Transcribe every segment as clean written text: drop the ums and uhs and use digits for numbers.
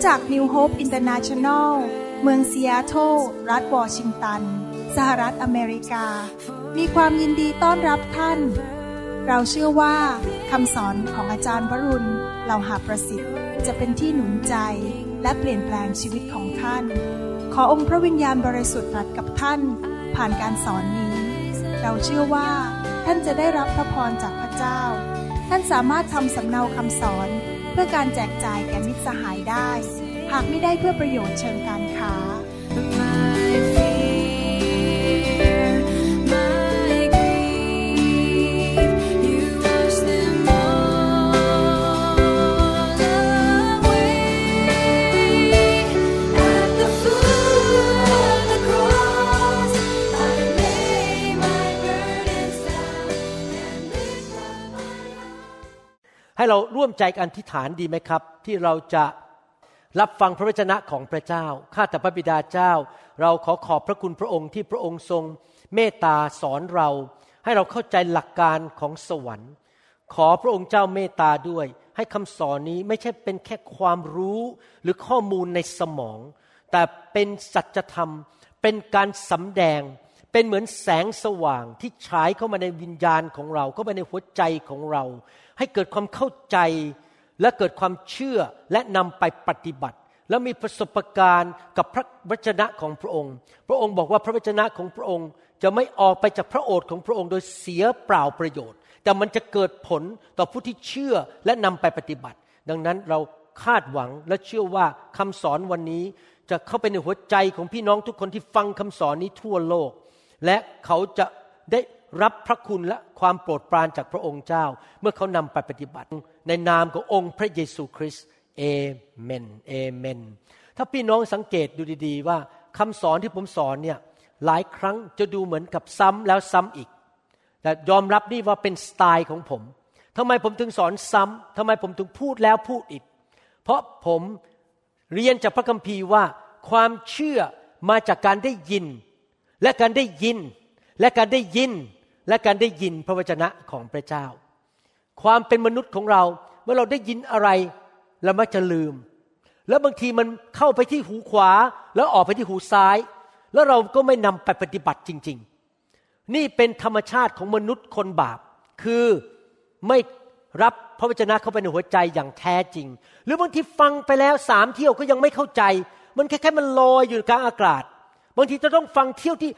จักร New Hope International เมืองซีแอตเทิลรัฐวอชิงตันสหรัฐอเมริกามีความยินดีต้อนรับท่านเราเชื่อว่าคำสอนของอาจารย์วรุณ เหล่าหาประสิทธิ์จะเป็นที่หนุนใจและเปลี่ยนแปลงชีวิตของท่านขอองค์พระวิญญาณบริสุทธิ์ตรัสกับท่านผ่านการสอนนี้เราเชื่อว่าท่านจะได้รับพระพรจากพระเจ้าท่านสามารถทำสำเนาคำสอนเพื่อการแจกจ่ายแก่มิตรสหายได้หากไม่ได้เพื่อประโยชน์เชิงการค้าให้เราร่วมใจกันอธิษฐานดีไหมครับที่เราจะรับฟังพระวจนะของพระเจ้าข้าแต่พระบิดาเจ้าเราขอขอบพระคุณพระองค์ที่พระองค์ทรงเมตตาสอนเราให้เราเข้าใจหลักการของสวรรค์ขอพระองค์เจ้าเมตตาด้วยให้คำสอนนี้ไม่ใช่เป็นแค่ความรู้หรือข้อมูลในสมองแต่เป็นสัจธรรมเป็นการสำแดงเป็นเหมือนแสงสว่างที่ฉายเข้ามาในวิญญาณของเราเข้ามาในหัวใจของเราให้เกิดความเข้าใจและเกิดความเชื่อและนำไปปฏิบัติแล้วมีประสบการณ์กับพระวจนะของพระองค์พระองค์บอกว่าพระวจนะของพระองค์จะไม่ออกไปจากพระโอษฐ์ของพระองค์โดยเสียเปล่าประโยชน์แต่มันจะเกิดผลต่อผู้ที่เชื่อและนำไปปฏิบัติดังนั้นเราคาดหวังและเชื่อว่าคำสอนวันนี้จะเข้าไปในหัวใจของพี่น้องทุกคนที่ฟังคำสอนนี้ทั่วโลกและเขาจะได้รับพระคุณและความโปรดปรานจากพระองค์เจ้าเมื่อเขานำไปปฏิบัติในนามขององค์พระเยซูคริสต์เอเมนเอเมนถ้าพี่น้องสังเกตดูดีๆว่าคำสอนที่ผมสอนเนี่ยหลายครั้งจะดูเหมือนกับซ้ำแล้วซ้ำอีกแต่ยอมรับนี่ว่าเป็นสไตล์ของผมทำไมผมถึงสอนซ้ำทำไมผมถึงพูดแล้วพูดอีกเพราะผมเรียนจากพระคัมภีร์ว่าความเชื่อมาจากการได้ยินและการได้ยินและการได้ยินและการได้ยินพระวจนะของพระเจ้าความเป็นมนุษย์ของเราเมื่อเราได้ยินอะไรเรามักจะลืมแล้วบางทีมันเข้าไปที่หูขวาแล้วออกไปที่หูซ้ายแล้วเราก็ไม่นำไปปฏิบัติจริงๆนี่เป็นธรรมชาติของมนุษย์คนบาปคือไม่รับพระวจนะเข้าไปในหัวใจอย่างแท้จริงหรือบางทีฟังไปแล้ว3เที่ยวก็ยังไม่เข้าใจมันแค่มันลอยอยู่กลางอากาศบางทีจะต้องฟังเที่ยวที่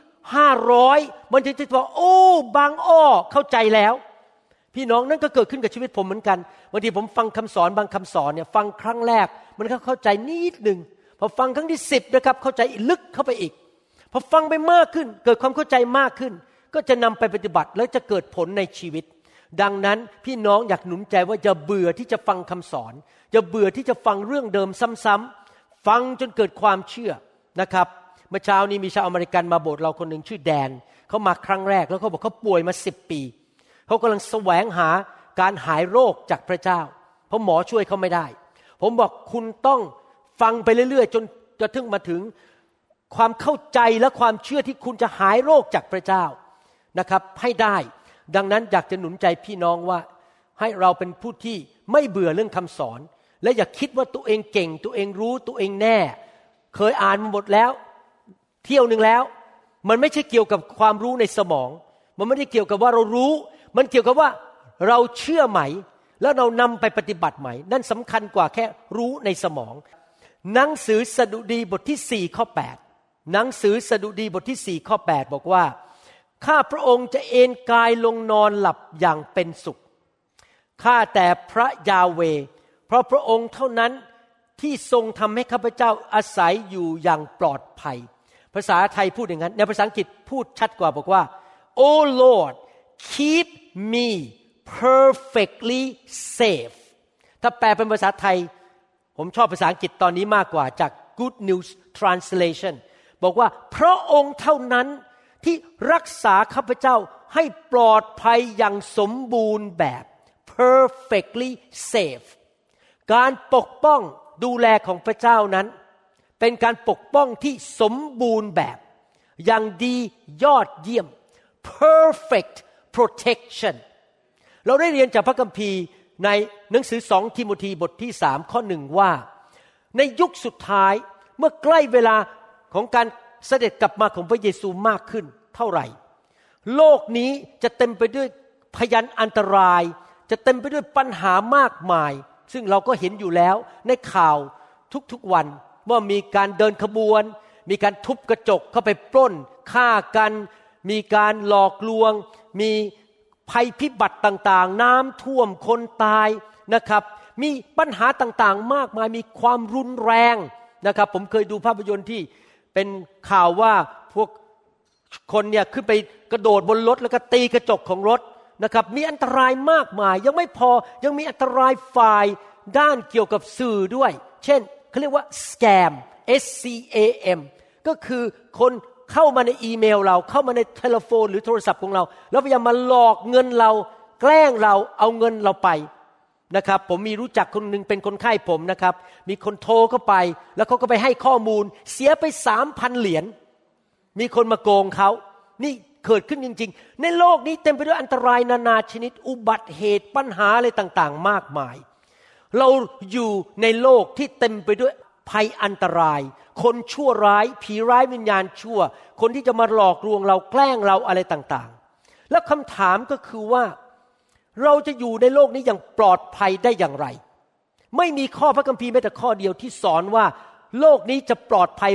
500มันถึงจะบอกโอ้บางอ้อเข้าใจแล้วพี่น้องนั่นก็เกิดขึ้นกับชีวิตผมเหมือนกันบางทีผมฟังคำสอนบางคำสอนเนี่ยฟังครั้งแรกมันเข้าใจนิดนึงพอฟังครั้งที่10นะครับเข้าใจลึกเข้าไปอีกพอฟังไปมากขึ้นเกิดความเข้าใจมากขึ้นก็จะนำไปปฏิบัติแล้วจะเกิดผลในชีวิตดังนั้นพี่น้องอยากหนุนใจว่าอย่าเบื่อที่จะฟังคำสอนอย่าเบื่อที่จะฟังเรื่องเดิมซ้ำๆฟังจนเกิดความเชื่อนะครับเมื่อเช้านี้มีชาวอเมริกันมาโบสถ์เราคนหนึ่งชื่อแดนเขามาครั้งแรกแล้วเขาบอกเขาป่วยมา10 ปีเขากำลังแสวงหาการหายโรคจากพระเจ้าเพราะหมอช่วยเขาไม่ได้ผมบอกคุณต้องฟังไปเรื่อยๆจนจะถึงมาถึงความเข้าใจและความเชื่อที่คุณจะหายโรคจากพระเจ้านะครับให้ได้ดังนั้นอยากจะหนุนใจพี่น้องว่าให้เราเป็นผู้ที่ไม่เบื่อเรื่องคำสอนและอย่าคิดว่าตัวเองเก่งตัวเองรู้ตัวเองแน่เคยอ่านมาหมดแล้วเที่ยวนึงแล้วมันไม่ใช่เกี่ยวกับความรู้ในสมองมันไม่ได้เกี่ยวกับว่าเรารู้มันเกี่ยวกับว่าเราเชื่อไหมแล้วเรานำไปปฏิบัติไหมนั่นสำคัญกว่าแค่รู้ในสมองหนังสือสดุดีบทที่4ข้อ8หนังสือสดุดีบทที่4ข้อ8บอกว่าข้าพระองค์จะเอนกายลงนอนหลับอย่างเป็นสุขข้าแต่พระยาเวห์เพราะพระองค์เท่านั้นที่ทรงทำให้ข้าพเจ้าอาศัยอยู่อย่างปลอดภัยภาษาไทยพูดอย่างนั้นในภาษาอังกฤษพูดชัดกว่าบอกว่า Oh Lord keep me perfectly safe ถ้าแปลเป็นภาษาไทยผมชอบภาษาอังกฤษตอนนี้มากกว่าจาก Good News Translation บอกว่าพระองค์เท่านั้นที่รักษาข้าพเจ้าให้ปลอดภัยอย่างสมบูรณ์แบบ perfectly safe การปกป้องดูแลของพระเจ้านั้นเป็นการปกป้องที่สมบูรณ์แบบอย่างดียอดเยี่ยม perfect protection เราได้เรียนจากพระคัมภีร์ในหนังสือ2ทิโมธีบทที่3ข้อ1ว่าในยุคสุดท้ายเมื่อใกล้เวลาของการเสด็จกลับมาของพระเยซูมากขึ้นเท่าไหร่โลกนี้จะเต็มไปด้วยพยันอันตรายจะเต็มไปด้วยปัญหามากมายซึ่งเราก็เห็นอยู่แล้วในข่าวทุกๆวันว่ามีการเดินขบวนมีการทุบกระจกเข้าไปปล้นฆ่ากันมีการหลอกลวงมีภัยพิบัติต่างๆน้ำท่วมคนตายนะครับมีปัญหาต่างๆมากมายมีความรุนแรงนะครับผมเคยดูภาพยนตร์ที่เป็นข่าวว่าพวกคนเนี่ยขึ้นไปกระโดดบนรถแล้วก็ตีกระจกของรถนะครับมีอันตรายมากมายยังไม่พอยังมีอันตรายฝ่ายด้านเกี่ยวกับสื่อด้วยเช่นเขาเรียกว่า scam SCAM ก็คือคนเข้ามาในอีเมลเราเข้ามาในโทรศัพท์หรือโทรศัพท์ของเราแล้วพยายามมาหลอกเงินเราแกล้งเราเอาเงินเราไปนะครับผมมีรู้จักคนนึงเป็นคนไข้ผมนะครับมีคนโทรเข้าไปแล้วเขาก็ไปให้ข้อมูลเสียไป 3,000 เหรียญมีคนมาโกงเขานี่เกิดขึ้นจริงๆในโลกนี้เต็มไปด้วยอันตรายนานาชนิดอุบัติเหตุปัญหาอะไรต่างๆมากมายเราอยู่ในโลกที่เต็มไปด้วยภัยอันตรายคนชั่วร้ายผีร้ายวิญญาณชั่วคนที่จะมาหลอกลวงเราแกล้งเราอะไรต่างๆแล้วคำถามก็คือว่าเราจะอยู่ในโลกนี้อย่างปลอดภัยได้อย่างไรไม่มีข้อพระคัมภีร์แม้แต่ข้อเดียวที่สอนว่าโลกนี้จะปลอดภัย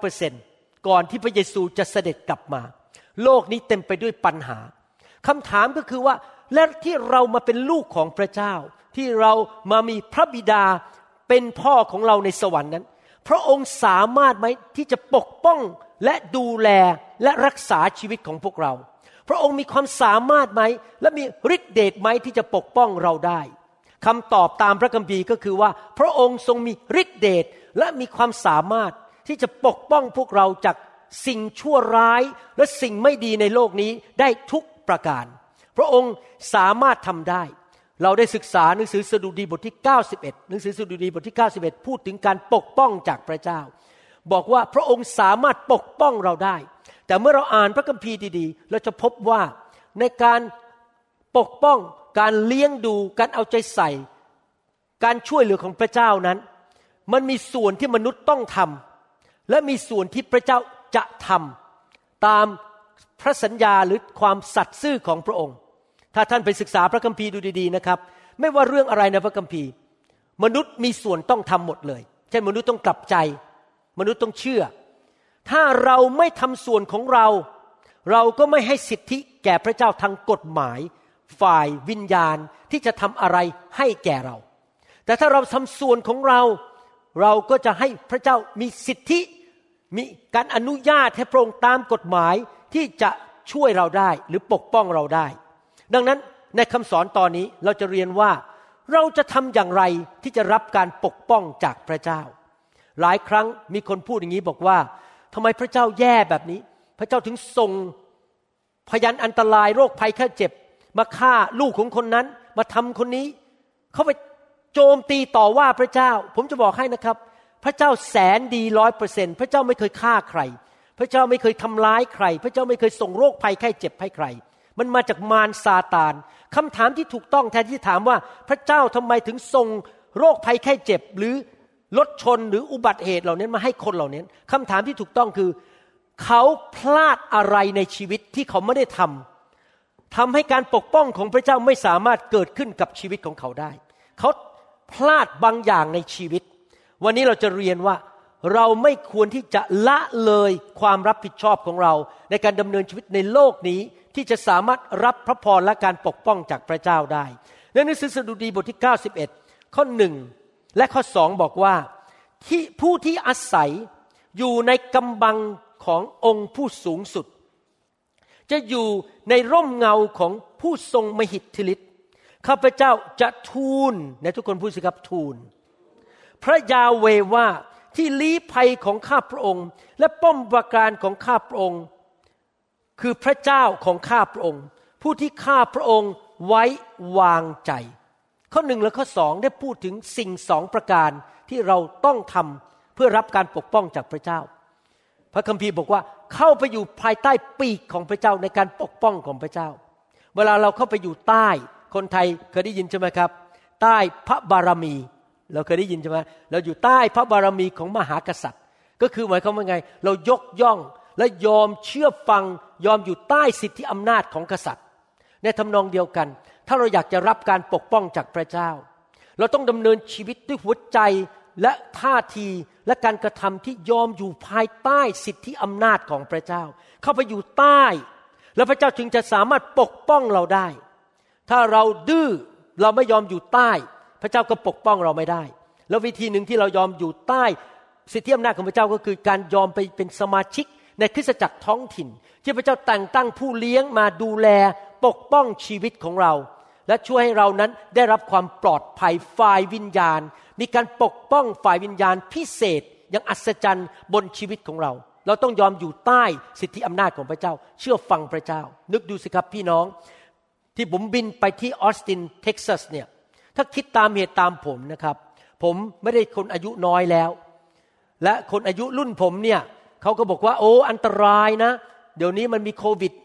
100% ก่อนที่พระเยซูจะเสด็จกลับมาโลกนี้เต็มไปด้วยปัญหาคำถามก็คือว่าและที่เรามาเป็นลูกของพระเจ้าที่เรามามีพระบิดาเป็นพ่อของเราในสวรรค์นั้นพระองค์สามารถไหมที่จะปกป้องและดูแลและรักษาชีวิตของพวกเราพระองค์มีความสามารถไหมและมีฤทธิ์เดชไหมที่จะปกป้องเราได้คำตอบตามพระคัมภีร์ก็คือว่าพระองค์ทรงมีฤทธิ์เดชและมีความสามารถที่จะปกป้องพวกเราจากสิ่งชั่วร้ายและสิ่งไม่ดีในโลกนี้ได้ทุกประการพระองค์สามารถทำได้เราได้ศึกษาหนังสือสดุดีบทที่91หนังสือสดุดีบทที่91พูดถึงการปกป้องจากพระเจ้าบอกว่าพระองค์สามารถปกป้องเราได้แต่เมื่อเราอ่านพระคัมภีร์ดีๆเราจะพบว่าในการปกป้องการเลี้ยงดูการเอาใจใส่การช่วยเหลือของพระเจ้านั้นมันมีส่วนที่มนุษย์ต้องทำและมีส่วนที่พระเจ้าจะทำตามพระสัญญาหรือความสัตย์ซื่อของพระองค์ถ้าท่านไปศึกษาพระคัมภีร์ดูดีๆนะครับไม่ว่าเรื่องอะไรในพระคัมภีร์มนุษย์มีส่วนต้องทำหมดเลยเช่นมนุษย์ต้องกลับใจมนุษย์ต้องเชื่อถ้าเราไม่ทำส่วนของเราเราก็ไม่ให้สิทธิแก่พระเจ้าทางกฎหมายฝ่ายวิญญาณที่จะทำอะไรให้แก่เราแต่ถ้าเราทำส่วนของเราเราก็จะให้พระเจ้ามีสิทธิมีการอนุญาตให้พระองค์ตามกฎหมายที่จะช่วยเราได้หรือปกป้องเราได้ดังนั้นในคำสอนตอนนี้เราจะเรียนว่าเราจะทำอย่างไรที่จะรับการปกป้องจากพระเจ้าหลายครั้งมีคนพูดอย่างนี้บอกว่าทำไมพระเจ้าแย่แบบนี้พระเจ้าถึงส่งพยันอันตรายโรคภัยแค่เจ็บมาฆ่าลูกของคนนั้นมาทำคนนี้เขาไปโจมตีต่อว่าพระเจ้าผมจะบอกให้นะครับพระเจ้าแสนดี 100% พระเจ้าไม่เคยฆ่าใครพระเจ้าไม่เคยทำร้ายใครพระเจ้าไม่เคยส่งโรคภัยแค่เจ็บให้ใครมันมาจากมารซาตานคำถามที่ถูกต้องแทนที่ถามว่าพระเจ้าทำไมถึงส่งโรคภัยแค่เจ็บหรือรถชนหรืออุบัติเหตุเหล่านี้มาให้คนเหล่านี้คำถามที่ถูกต้องคือเขาพลาดอะไรในชีวิตที่เขาไม่ได้ทำให้การปกป้องของพระเจ้าไม่สามารถเกิดขึ้นกับชีวิตของเขาได้เขาพลาดบางอย่างในชีวิตวันนี้เราจะเรียนว่าเราไม่ควรที่จะละเลยความรับผิดชอบของเราในการดำเนินชีวิตในโลกนี้ที่จะสามารถรับพระพรและการปกป้องจากพระเจ้าได้ในหนังสือสดุดีบทที่91ข้อ1และข้อ2บอกว่าที่ผู้ที่อาศัยอยู่ในกำบังขององค์ผู้สูงสุดจะอยู่ในร่มเงาของผู้ทรงมหิทธิฤทธิ์ข้าพเจ้าจะทูลในทุกคนพูดสิครับทูลพระยาเวห์ว่าที่ลี้ภัยของข้าพระองค์และป้อมปราการของข้าพระองค์คือพระเจ้าของข้าพระองค์ผู้ที่ข้าพระองค์ไว้วางใจข้อ1และข้อ2ได้พูดถึงสิ่ง2ประการที่เราต้องทำเพื่อรับการปกป้องจากพระเจ้าพระคัมภีร์บอกว่าเข้าไปอยู่ภายใต้ปีกของพระเจ้าในการปกป้องของพระเจ้าเวลาเราเข้าไปอยู่ใต้คนไทยเคยได้ยินใช่ไหมครับใต้พระบารมีเราเคยได้ยินใช่ไหมเราอยู่ใต้พระบารมีของมหากษัตริย์ก็คือหมายความว่าไงเรายกย่องและยอมเชื่อฟังยอมอยู่ใต้สิทธิอำนาจของกษัตริย์ในทำนองเดียวกันถ้าเราอยากจะรับการปกป้องจากพระเจ้าเราต้องดำเนินชีวิตด้วยหัวใจและท่าทีและการกระทำที่ยอมอยู่ภายใต้สิทธิอำนาจของพระเจ้าเข้าไปอยู่ใต้แล้วพระเจ้าจึงจะสามารถปกป้องเราได้ถ้าเราดื้อเราไม่ยอมอยู่ใต้พระเจ้าก็ปกป้องเราไม่ได้แล้ววิธีหนึ่งที่เรายอมอยู่ใต้สิทธิอำนาจของพระเจ้าก็คือการยอมไปเป็นสมาชิกในคริสตจักรท้องถิ่นที่พระเจ้าแต่งตั้งผู้เลี้ยงมาดูแลปกป้องชีวิตของเราและช่วยให้เรานั้นได้รับความปลอดภัยฝ่ายวิญญาณมีการปกป้องฝ่ายวิญญาณพิเศษอย่างอัศจรรย์บนชีวิตของเราเราต้องยอมอยู่ใต้สิทธิอำนาจของพระเจ้าเชื่อฟังพระเจ้านึกดูสิครับพี่น้องที่ผมบินไปที่ออสตินเท็กซัสเนี่ยถ้าคิดตามเหตุตามผมนะครับผมไม่ได้คนอายุน้อยแล้วและคนอายุรุ่นผมเนี่ยเขาก็บอกว่าโอ้อันตรายนะเดี๋ยวนี้มันมีโควิด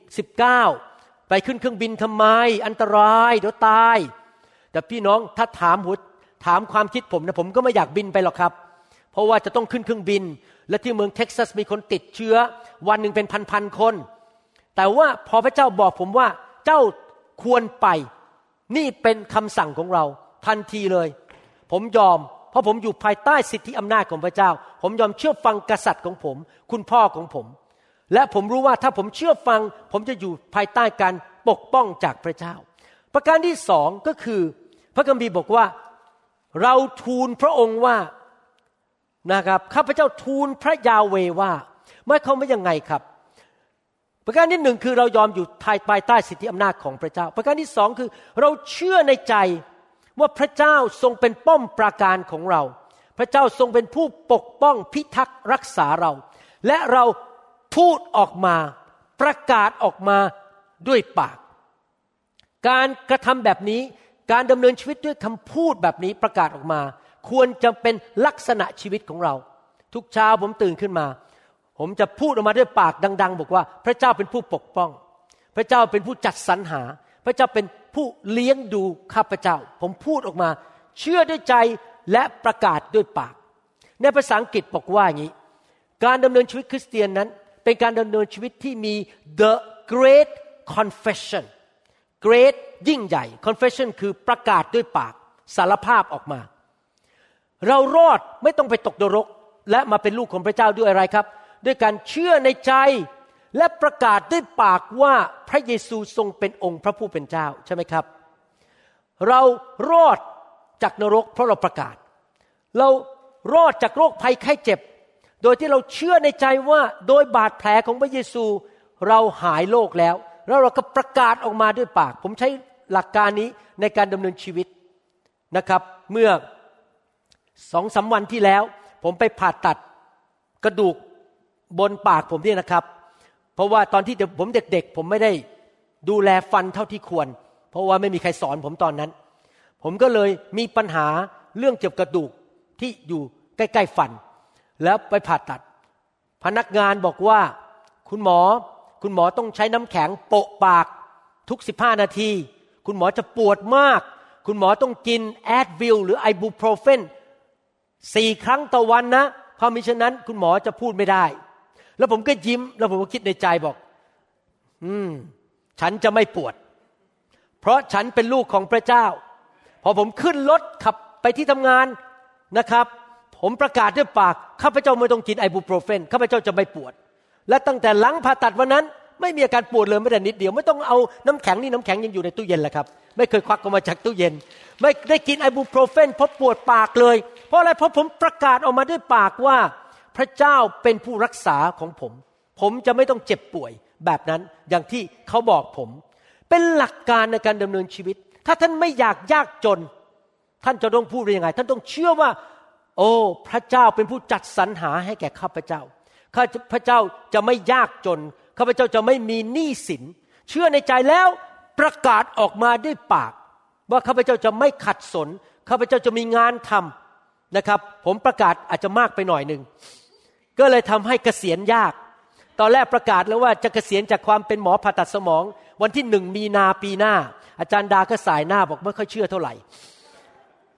-19 ไปขึ้นเครื่องบินทำไมอันตรายเดี๋ยวตายแต่พี่น้องถ้าถามความคิดผมนะผมก็ไม่อยากบินไปหรอกครับเพราะว่าจะต้องขึ้นเครื่องบินและที่เมืองเท็กซัสมีคนติดเชื้อวันหนึ่งเป็นพันๆคนแต่ว่าพอพระเจ้าบอกผมว่าเจ้าควรไปนี่เป็นคำสั่งของเราทันทีเลยผมยอมเพราะผมอยู่ภายใต้สิทธิอำนาจของพระเจ้าผมยอมเชื่อฟังกษัตริย์ของผมคุณพ่อของผมและผมรู้ว่าถ้าผมเชื่อฟังผมจะอยู่ภายใต้การปกป้องจากพระเจ้าประการที่สองก็คือพระคัมภีร์บอกว่าเราทูลพระองค์ว่านะครับข้าพเจ้าทูลพระยาเวห์ว่าหมายความว่ายังไงครับประการที่หนึ่งคือเรายอมอยู่ภายใต้สิทธิอำนาจของพระเจ้าประการที่สองคือเราเชื่อในใจว่าพระเจ้าทรงเป็นป้อมปราการของเราพระเจ้าทรงเป็นผู้ปกป้องพิทักษ์รักษาเราและเราพูดออกมาประกาศออกมาด้วยปากการกระทำแบบนี้การดำเนินชีวิตด้วยคำพูดแบบนี้ประกาศออกมาควรจะเป็นลักษณะชีวิตของเราทุกเช้าผมตื่นขึ้นมาผมจะพูดออกมาด้วยปากดังๆบอกว่าพระเจ้าเป็นผู้ปกป้องพระเจ้าเป็นผู้จัดสรรหาพระเจ้าเป็นผู้เลี้ยงดูข้าพเจ้าผมพูดออกมาเชื่อด้วยใจและประกาศด้วยปากในภาษาอังกฤษบอกว่าอย่างนี้การดำเนินชีวิตคริสเตียนนั้นเป็นการดำเนินชีวิตที่มี the great confession great ยิ่งใหญ่ confession คือประกาศด้วยปากสารภาพออกมาเรารอดไม่ต้องไปตกนรกและมาเป็นลูกของพระเจ้าด้วยอะไรครับด้วยการเชื่อในใจและประกาศด้วยปากว่าพระเยซูทรงเป็นองค์พระผู้เป็นเจ้าใช่ไหมครับเรารอดจากนรกเพราะเราประกาศเรารอดจากโรคภัยไข้เจ็บโดยที่เราเชื่อในใจว่าโดยบาดแผลของพระเยซูเราหายโรคแล้วเราก็ประกาศออกมาด้วยปากผมใช้หลักการนี้ในการดำเนินชีวิตนะครับเมื่อ 2-3 วันที่แล้วผมไปผ่าตัดกระดูกบนปากผมเนี่ยนะครับเพราะว่าตอนที่ผมเด็กๆผมไม่ได้ดูแลฟันเท่าที่ควรเพราะว่าไม่มีใครสอนผมตอนนั้นผมก็เลยมีปัญหาเรื่องเกี่ยวกับกระดูกที่อยู่ใกล้ๆฟันแล้วไปผ่าตัดพนักงานบอกว่าคุณหมอต้องใช้น้ำแข็งโปะปากทุก15นาทีคุณหมอจะปวดมากคุณหมอต้องกินแอดวิลหรือไอบูโปรเฟน4 ครั้งต่อวันนะเพราะมิฉะนั้นคุณหมอจะพูดไม่ได้แล้วผมก็ยิ้มแล้วผมก็คิดในใจบอกฉันจะไม่ปวดเพราะฉันเป็นลูกของพระเจ้าพอผมขึ้นรถขับไปที่ทำงานนะครับผมประกาศด้วยปากข้าพเจ้าไม่ต้องกินไอบูโปรเฟนข้าพเจ้าจะไม่ปวดและตั้งแต่หลังผ่าตัดวันนั้นไม่มีอาการปวดเลยแม้แต่นิดเดียวไม่ต้องเอาน้ำแข็งนี่น้ำแข็งยังอยู่ในตู้เย็นแหละครับไม่เคยควักออกมาจากตู้เย็นไม่ได้กินไอบูโปรเฟนเพราะปวดปากเลยเพราะอะไรเพราะผมประกาศออกมาด้วยปากว่าพระเจ้าเป็นผู้รักษาของผมจะไม่ต้องเจ็บป่วยแบบนั้นอย่างที่เขาบอกผมเป็นหลักการในการดำเนินชีวิตถ้าท่านไม่อยากยากจนท่านจะต้องพูดยังไงท่านต้องเชื่อว่าโอ้พระเจ้าเป็นผู้จัดสรรหาให้แก่ข้าพเจ้าข้าพเจ้าจะไม่ยากจนข้าพเจ้าจะไม่มีหนี้สินเชื่อในใจแล้วประกาศออกมาด้วยปากว่าข้าพเจ้าจะไม่ขัดสนข้าพเจ้าจะมีงานทำนะครับผมประกาศอาจจะมากไปหน่อยนึงก็เลยทำให้เกษียณยากตอนแรกประกาศแล้วว่าจะเกษียณจากความเป็นหมอผ่าตัดสมองวันที่1 มีนาปีหน้าอาจารย์ดาก็สายหน้าบอกไม่ค่อยเชื่อเท่าไหร่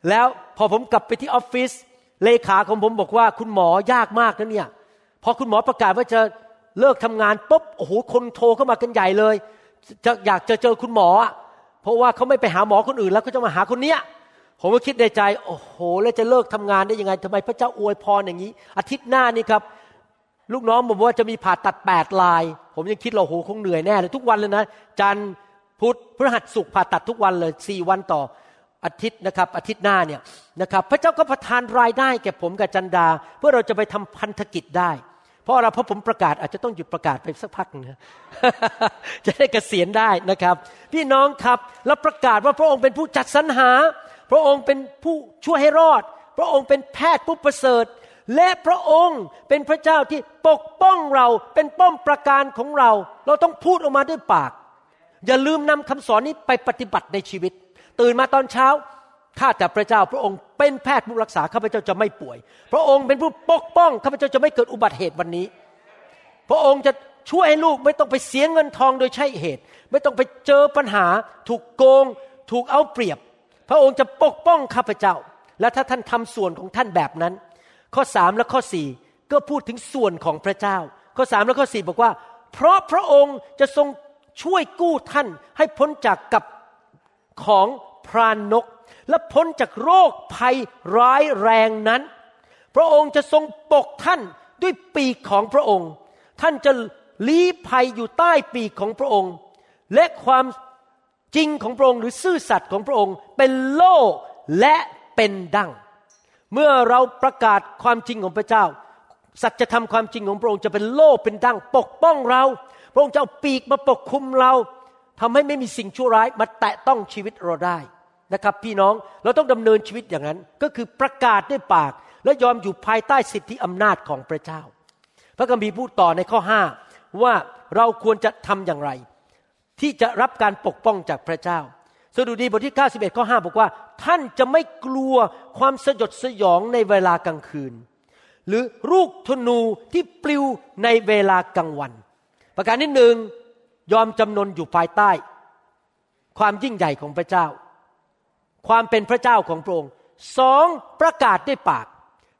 แล้วพอผมกลับไปที่ออฟฟิศเลขาของผมบอกว่าคุณหมอยากมากนะเนี่ยพอคุณหมอประกาศว่าจะเลิกทำงานปุ๊บโอ้โหคนโทรเข้ามากันใหญ่เลยจะอยากจะเจอคุณหมอเพราะว่าเขาไม่ไปหาหมอคนอื่นแล้วเขาจะมาหาคนเนี้ยผมก็คิดในใจโอ้โหแล้วจะเลิกทำงานได้ยังไงทำไมพระเจ้าอวยพรอย่างนี้อาทิตย์หน้านี่ครับลูกน้องบอกว่าจะมีผ่าตัด8 รายผมยังคิดเราโหคงเหนื่อยแน่เลยทุกวันเลยนะจันทร์พุธพฤหัสศุกร์ผ่าตัดทุกวันเลย4 วันต่ออาทิตย์นะครับอาทิตย์หน้าเนี่ยนะครับพระเจ้าก็ประทานรายได้แก่ผมกับจันดาเพื่อเราจะไปทำพันธกิจได้เพราะผมประกาศอาจจะต้องหยุดประกาศไปสักพักนึง จะได้เกษียณได้นะครับพี่น้องครับเราประกาศว่าพระองค์เป็นผู้จัดสรรหาพระองค์เป็นผู้ช่วยให้รอดพระองค์เป็นแพทย์ผู้ประเสริฐและพระองค์เป็นพระเจ้าที่ปกป้องเราเป็นป้อมปราการของเราเราต้องพูดออกมาด้วยปากอย่าลืมนำคำสอนนี้ไปปฏิบัติในชีวิตตื่นมาตอนเช้าข้าแต่พระเจ้าพระองค์เป็นแพทย์ผู้รักษาข้าพเจ้าจะไม่ป่วยพระองค์เป็นผู้ปกป้องข้าพเจ้าจะไม่เกิดอุบัติเหตุวันนี้พระองค์จะช่วยให้ลูกไม่ต้องไปเสียเงินทองโดยใช่เหตุไม่ต้องไปเจอปัญหาถูกโกงถูกเอาเปรียบพระองค์จะปกป้องข้าพเจ้าและถ้าท่านทำส่วนของท่านแบบนั้นข้อ3และข้อ4ก็พูดถึงส่วนของพระเจ้าข้อ3และข้อ4บอกว่าเพราะพระองค์จะทรงช่วยกู้ท่านให้พ้นจากกับของพรานนกและพ้นจากโรคภัยร้ายแรงนั้นพระองค์จะทรงปกท่านด้วยปีกของพระองค์ท่านจะลี้ภัยอยู่ใต้ปีกของพระองค์และความจริงของพระองค์หรือซื่อสัตย์ของพระองค์เป็นโล่และเป็นดั่งเมื่อเราประกาศความจริงของพระเจ้าสัจธรรมความจริงของพระองค์จะเป็นโล่เป็นดั่งปกป้องเราพระองค์จะเอาปีกมาปกคุมเราทำให้ไม่มีสิ่งชั่วร้ายมาแตะต้องชีวิตเราได้นะครับพี่น้องเราต้องดำเนินชีวิตอย่างนั้นก็คือประกาศด้วยปากและยอมอยู่ภายใต้สิทธิอำนาจของพระเจ้าพระคัมภีร์พูดต่อในข้อ5ว่าเราควรจะทำอย่างไรที่จะรับการปกป้องจากพระเจ้าสดุดีบทที่91ข้อ5บอกว่าท่านจะไม่กลัวความสยดสยองในเวลากลางคืนหรือลูกธนูที่ปลิวในเวลากลางวันประการที่1ยอมจำนนอยู่ภายใต้ความยิ่งใหญ่ของพระเจ้าความเป็นพระเจ้าของพระองค์2ประกาศด้วยปาก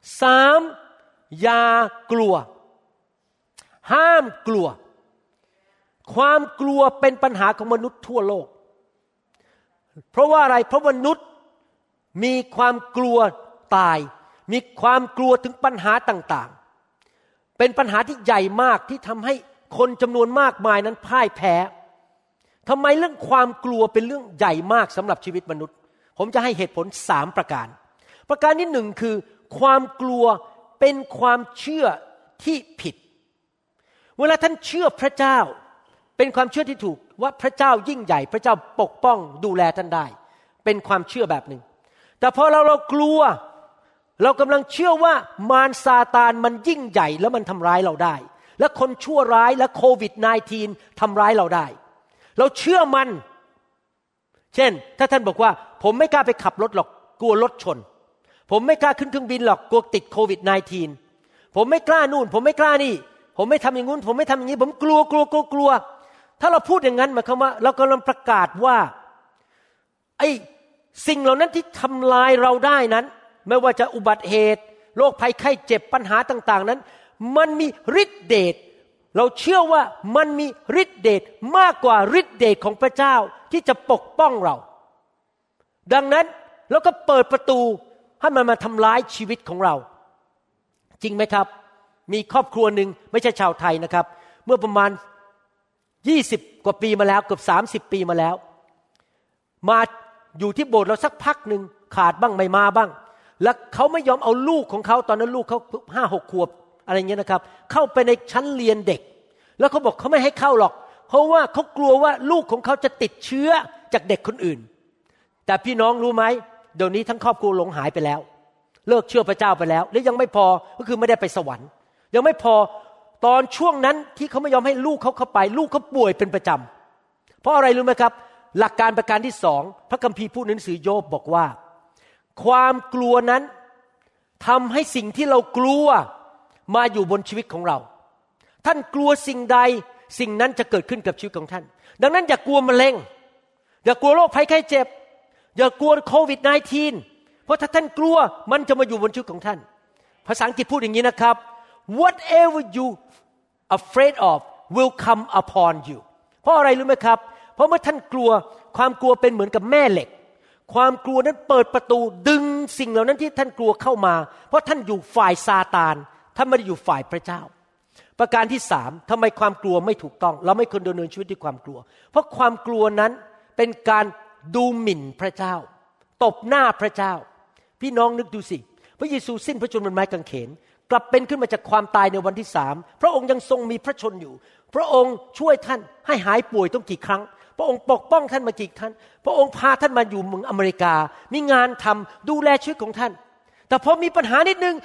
3อย่ากลัวห้ามกลัวความกลัวเป็นปัญหาของมนุษย์ทั่วโลกเพราะว่าอะไรเพราะมนุษย์มีความกลัวตายมีความกลัวถึงปัญหาต่างๆเป็นปัญหาที่ใหญ่มากที่ทำให้คนจำนวนมากมายนั้นพ่ายแพ้ทำไมเรื่องความกลัวเป็นเรื่องใหญ่มากสำหรับชีวิตมนุษย์ผมจะให้เหตุผล3ประการประการที่1คือความกลัวเป็นความเชื่อที่ผิดเวลาท่านเชื่อพระเจ้าเป็นความเชื่อที่ถูกว่าพระเจ้ายิ่งใหญ่พระเจ้าปกป้องดูแลท่านได้เป็นความเชื่อแบบหนึ่งแต่พอเรากลัวเรากำลังเชื่อว่ามารซาตานมันยิ่งใหญ่แล้วมันทำร้ายเราได้และคนชั่วร้ายและโควิด-19 ทำร้ายเราได้เราเชื่อมันเช่นถ้าท่านบอกว่าผมไม่กล้าไปขับรถหรอกกลัวรถชนผมไม่กล้าขึ้นเครื่องบินหรอกกลัวติดโควิด-19 ผมไม่กล้านู่นผมไม่กล้านี่ผมไม่ทำอย่างงู้นผมไม่ทำอย่างนี้ผมกลัวถ้าเราพูดอย่างนั้นหมายความว่าเรากำลังประกาศว่าไอ้สิ่งเหล่านั้นที่ทำลายเราได้นั้นไม่ว่าจะอุบัติเหตุโรคภัยไข้เจ็บปัญหาต่างๆนั้นมันมีฤทธิ์เดชเราเชื่อว่ามันมีฤทธิ์เดชมากกว่าฤทธิ์เดชของพระเจ้าที่จะปกป้องเราดังนั้นเราก็เปิดประตูให้มันมาทำร้ายชีวิตของเราจริงไหมครับมีครอบครัวหนึ่งไม่ใช่ชาวไทยนะครับเมื่อประมาณ20กว่าปีมาแล้วเกือบ30ปีมาแล้วมาอยู่ที่โบสถ์เราสักพักนึงขาดบ้างไม่มาบ้างแล้วเขาไม่ยอมเอาลูกของเขาตอนนั้นลูกเขา 5-6 ขวบอะไรเงี้ยนะครับเข้าไปในชั้นเรียนเด็กแล้วเขาบอกเขาไม่ให้เข้าหรอกเพราะว่าเขากลัวว่าลูกของเขาจะติดเชื้อจากเด็กคนอื่นแต่พี่น้องรู้ไหมเดี๋ยวนี้ทั้งครอบครัวหลงหายไปแล้วเลิกเชื่อพระเจ้าไปแล้วและยังไม่พอก็คือไม่ได้ไปสวรรค์ยังไม่พอตอนช่วงนั้นที่เขาไม่ยอมให้ลูกเขาเข้าไปลูกเขาป่วยเป็นประจำเพราะอะไรรู้ไหมครับหลักการประการที่2พระคัมภีร์พูดในหนังสือโยบบอกว่าความกลัวนั้นทำให้สิ่งที่เรากลัวมาอยู่บนชีวิตของเราท่านกลัวสิ่งใดสิ่งนั้นจะเกิดขึ้นกับชีวิตของท่านดังนั้นอย่ากลัวมะเร็งอย่ากลัวโรคภัยไข้เจ็บอย่ากลัวโควิด-19 เพราะถ้าท่านกลัวมันจะมาอยู่บนชีวิตของท่านภาษาอังกฤษพูดอย่างนี้นะครับ whatever you afraid of will come upon you เพราะอะไรรู้ไหมครับเพราะเมื่อท่านกลัวความกลัวเป็นเหมือนกับแม่เหล็กความกลัวนั้นเปิดประตูดึงสิ่งเหล่านั้นที่ท่านกลัวเข้ามาเพราะท่านอยู่ฝ่ายซาตานท่านไม่ได้อยู่ฝ่ายพระเจ้าประการที่3ทำไมความกลัวไม่ถูกต้องเราไม่ควรดำเนินชีวิตด้วยความกลัวเพราะความกลัวนั้นเป็นการดูหมิ่นพระเจ้าตบหน้าพระเจ้าพี่น้องนึกดูสิพระเยซูสิ้นพระชนม์บนไม้กางเขนกลับเป็นขึ้นมาจากความตายในวันที่3พระองค์ยังทรงมีพระชนอยู่พระองค์ช่วยท่านให้หายป่วยต้องกี่ครั้งพระองค์ปกป้องท่านมากี่ท่านพระองค์พาท่านมาอยู่เมืองอเมริกามีงานทำดูแลชีวิตของท่านแต่พอมีปัญหานิดนึง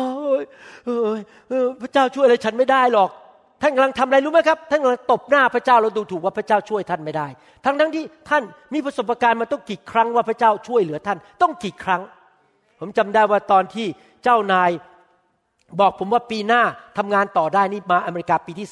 พระเจ้าช่วยอะไรฉันไม่ได้หรอกท่านกำลังทำอะไรรู้ไหมครับท่านกำลังตบหน้าพระเจ้าเราดูถูกว่าพระเจ้าช่วยท่านไม่ได้ทั้งที่ท่านมีประสบการณ์มาต้องกี่ครั้งว่าพระเจ้าช่วยเหลือท่านต้องกี่ครั้งผมจำได้ว่าตอนที่เจ้านายบอกผมว่าปีหน้าทำงานต่อได้นี่มาอเมริกาปีที่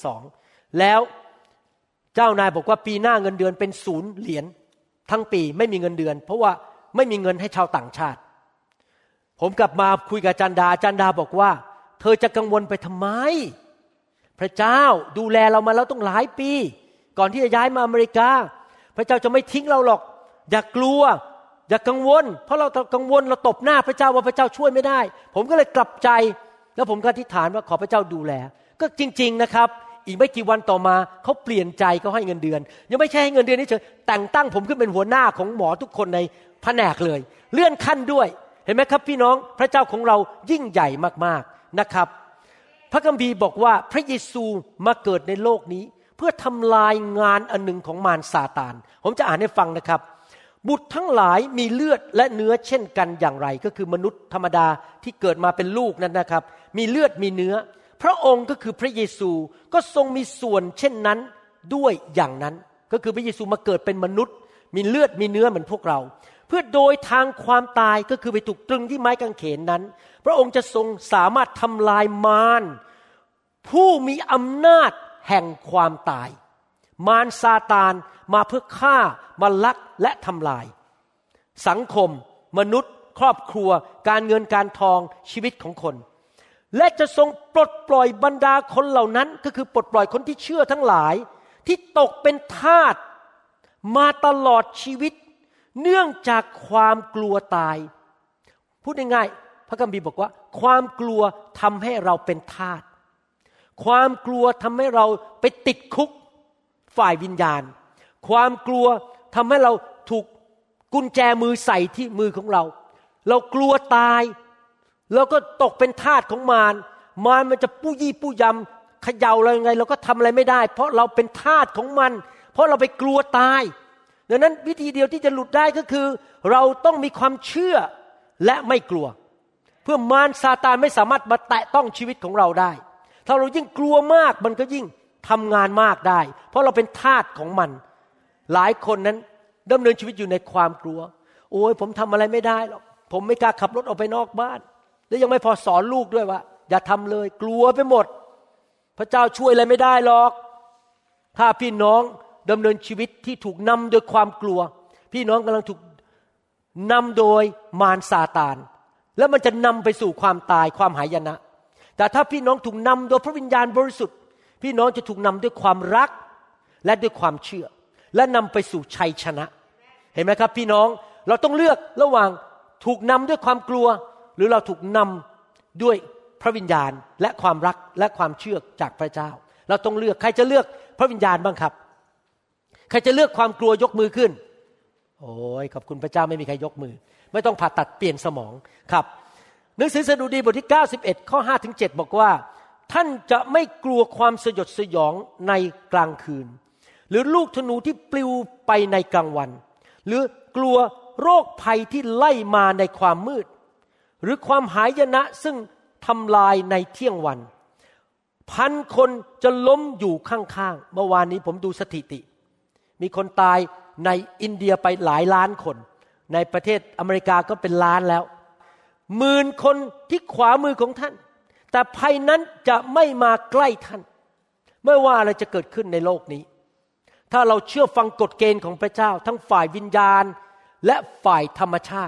2แล้วเจ้านายบอกว่าปีหน้าเงินเดือนเป็น0 เหรียญทั้งปีไม่มีเงินเดือนเพราะว่าไม่มีเงินให้ชาวต่างชาติผมกลับมาคุยกับอาจารย์ดาบอกว่าเธอจะกังวลไปทำไมพระเจ้าดูแลเรามาแล้วต้องหลายปีก่อนที่จะย้ายมาอเมริกาพระเจ้าจะไม่ทิ้งเราหรอกอย่ากลัวอย่ากังวลเพราะเรากังวลเราตบหน้าพระเจ้าว่าพระเจ้าช่วยไม่ได้ผมก็เลยกลับใจแล้วผมก็อธิษฐานว่าขอพระเจ้าดูแลก็จริงๆนะครับอีกไม่กี่วันต่อมาเขาเปลี่ยนใจเขาให้เงินเดือนยังไม่ใช่ให้เงินเดือนนี่เฉยแต่งตั้งผมขึ้นเป็นหัวหน้าของหมอทุกคนในแผนกเลยเลื่อนขั้นด้วยเห็นไหมครับพี่น้องพระเจ้าของเรายิ่งใหญ่มากๆนะครับพระคัมภีร์บอกว่าพระเยซูมาเกิดในโลกนี้เพื่อทำลายงานอันหนึ่งของมารซาตานผมจะอ่านให้ฟังนะครับบุตรทั้งหลายมีเลือดและเนื้อเช่นกันอย่างไรก็คือมนุษย์ธรรมดาที่เกิดมาเป็นลูกนั้นนะครับมีเลือดมีเนื้อพระองค์ก็คือพระเยซูก็ทรงมีส่วนเช่นนั้นด้วยอย่างนั้นก็คือพระเยซูมาเกิดเป็นมนุษย์มีเลือดมีเนื้อเหมือนพวกเราเพื่อโดยทางความตายก็คือไปถูกตรึงที่ไม้กางเขนนั้นพระองค์จะทรงสามารถทำลายมารผู้มีอำนาจแห่งความตายมารซาตานมาเพื่อฆ่ามาลักและทำลายสังคมมนุษย์ครอบครัวการเงินการทองชีวิตของคนและจะทรงปลดปล่อยบรรดาคนเหล่านั้นก็คือปลดปล่อยคนที่เชื่อทั้งหลายที่ตกเป็นทาสมาตลอดชีวิตเนื่องจากความกลัวตายพูดง่ายๆพระคัมภีร์บอกว่าความกลัวทำให้เราเป็นทาสความกลัวทำให้เราไปติดคุกฝ่ายวิญญาณความกลัวทำให้เราถูกกุญแจมือใส่ที่มือของเราเรากลัวตายเราก็ตกเป็นทาสของมารมันจะปู้ยี่ปู้ยำเขย่าเรายังไงเราก็ทำอะไรไม่ได้เพราะเราเป็นทาสของมันเพราะเราไปกลัวตายดังนั้นวิธีเดียวที่จะหลุดได้ก็คือเราต้องมีความเชื่อและไม่กลัวเพื่อมารซาตานไม่สามารถมาแตะต้องชีวิตของเราได้ถ้าเรายิ่งกลัวมากมันก็ยิ่งทำงานมากได้เพราะเราเป็นทาสของมันหลายคนนั้นดำเนินชีวิตอยู่ในความกลัวโอ้ยผมทำอะไรไม่ได้หรอกผมไม่กล้าขับรถออกไปนอกบ้านแล้วยังไม่พอสอนลูกด้วยว่าอย่าทำเลยกลัวไปหมดพระเจ้าช่วยอะไรไม่ได้หรอกถ้าพี่น้องดำเนินชีวิตที่ถูกนำโดยความกลัวพี่น้องกำลังถูกนำโดยมารซาตานแล้วมันจะนำไปสู่ความตายความหายนะแต่ถ้าพี่น้องถูกนำโดยพระวิญญาณบริสุทธิ์พี่น้องจะถูกนำด้วยความรักและด้วยความเชื่อและนำไปสู่ชัยชนะเห็นไหมครับพี่น้องเราต้องเลือกระหว่างถูกนำด้วยความกลัวหรือเราถูกนำด้วยพระวิญญาณและความรักและความเชื่อจากพระเจ้าเราต้องเลือกใครจะเลือกพระวิญญาณบ้างครับใครจะเลือกความกลัวยกมือขึ้นโอ้ยขอบคุณพระเจ้าไม่มีใครยกมือไม่ต้องผ่าตัดเปลี่ยนสมองครับหนังสือสดุดีบทที่91ข้อ5ถึง7บอกว่าท่านจะไม่กลัวความสยดสยองในกลางคืนหรือลูกธนูที่ปลิวไปในกลางวันหรือกลัวโรคภัยที่ไล่มาในความมืดหรือความหายนะซึ่งทำลายในเที่ยงวันพันคนจะล้มอยู่ข้างๆเมื่อวานนี้ผมดูสถิติมีคนตายในอินเดียไปหลายล้านคนในประเทศอเมริกาก็เป็นล้านแล้วหมื่นคนที่ขวามือของท่านแต่ภัยนั้นจะไม่มาใกล้ท่านไม่ว่าอะไรจะเกิดขึ้นในโลกนี้ถ้าเราเชื่อฟังกฎเกณฑ์ของพระเจ้าทั้งฝ่ายวิญญาณและฝ่ายธรรมชาติ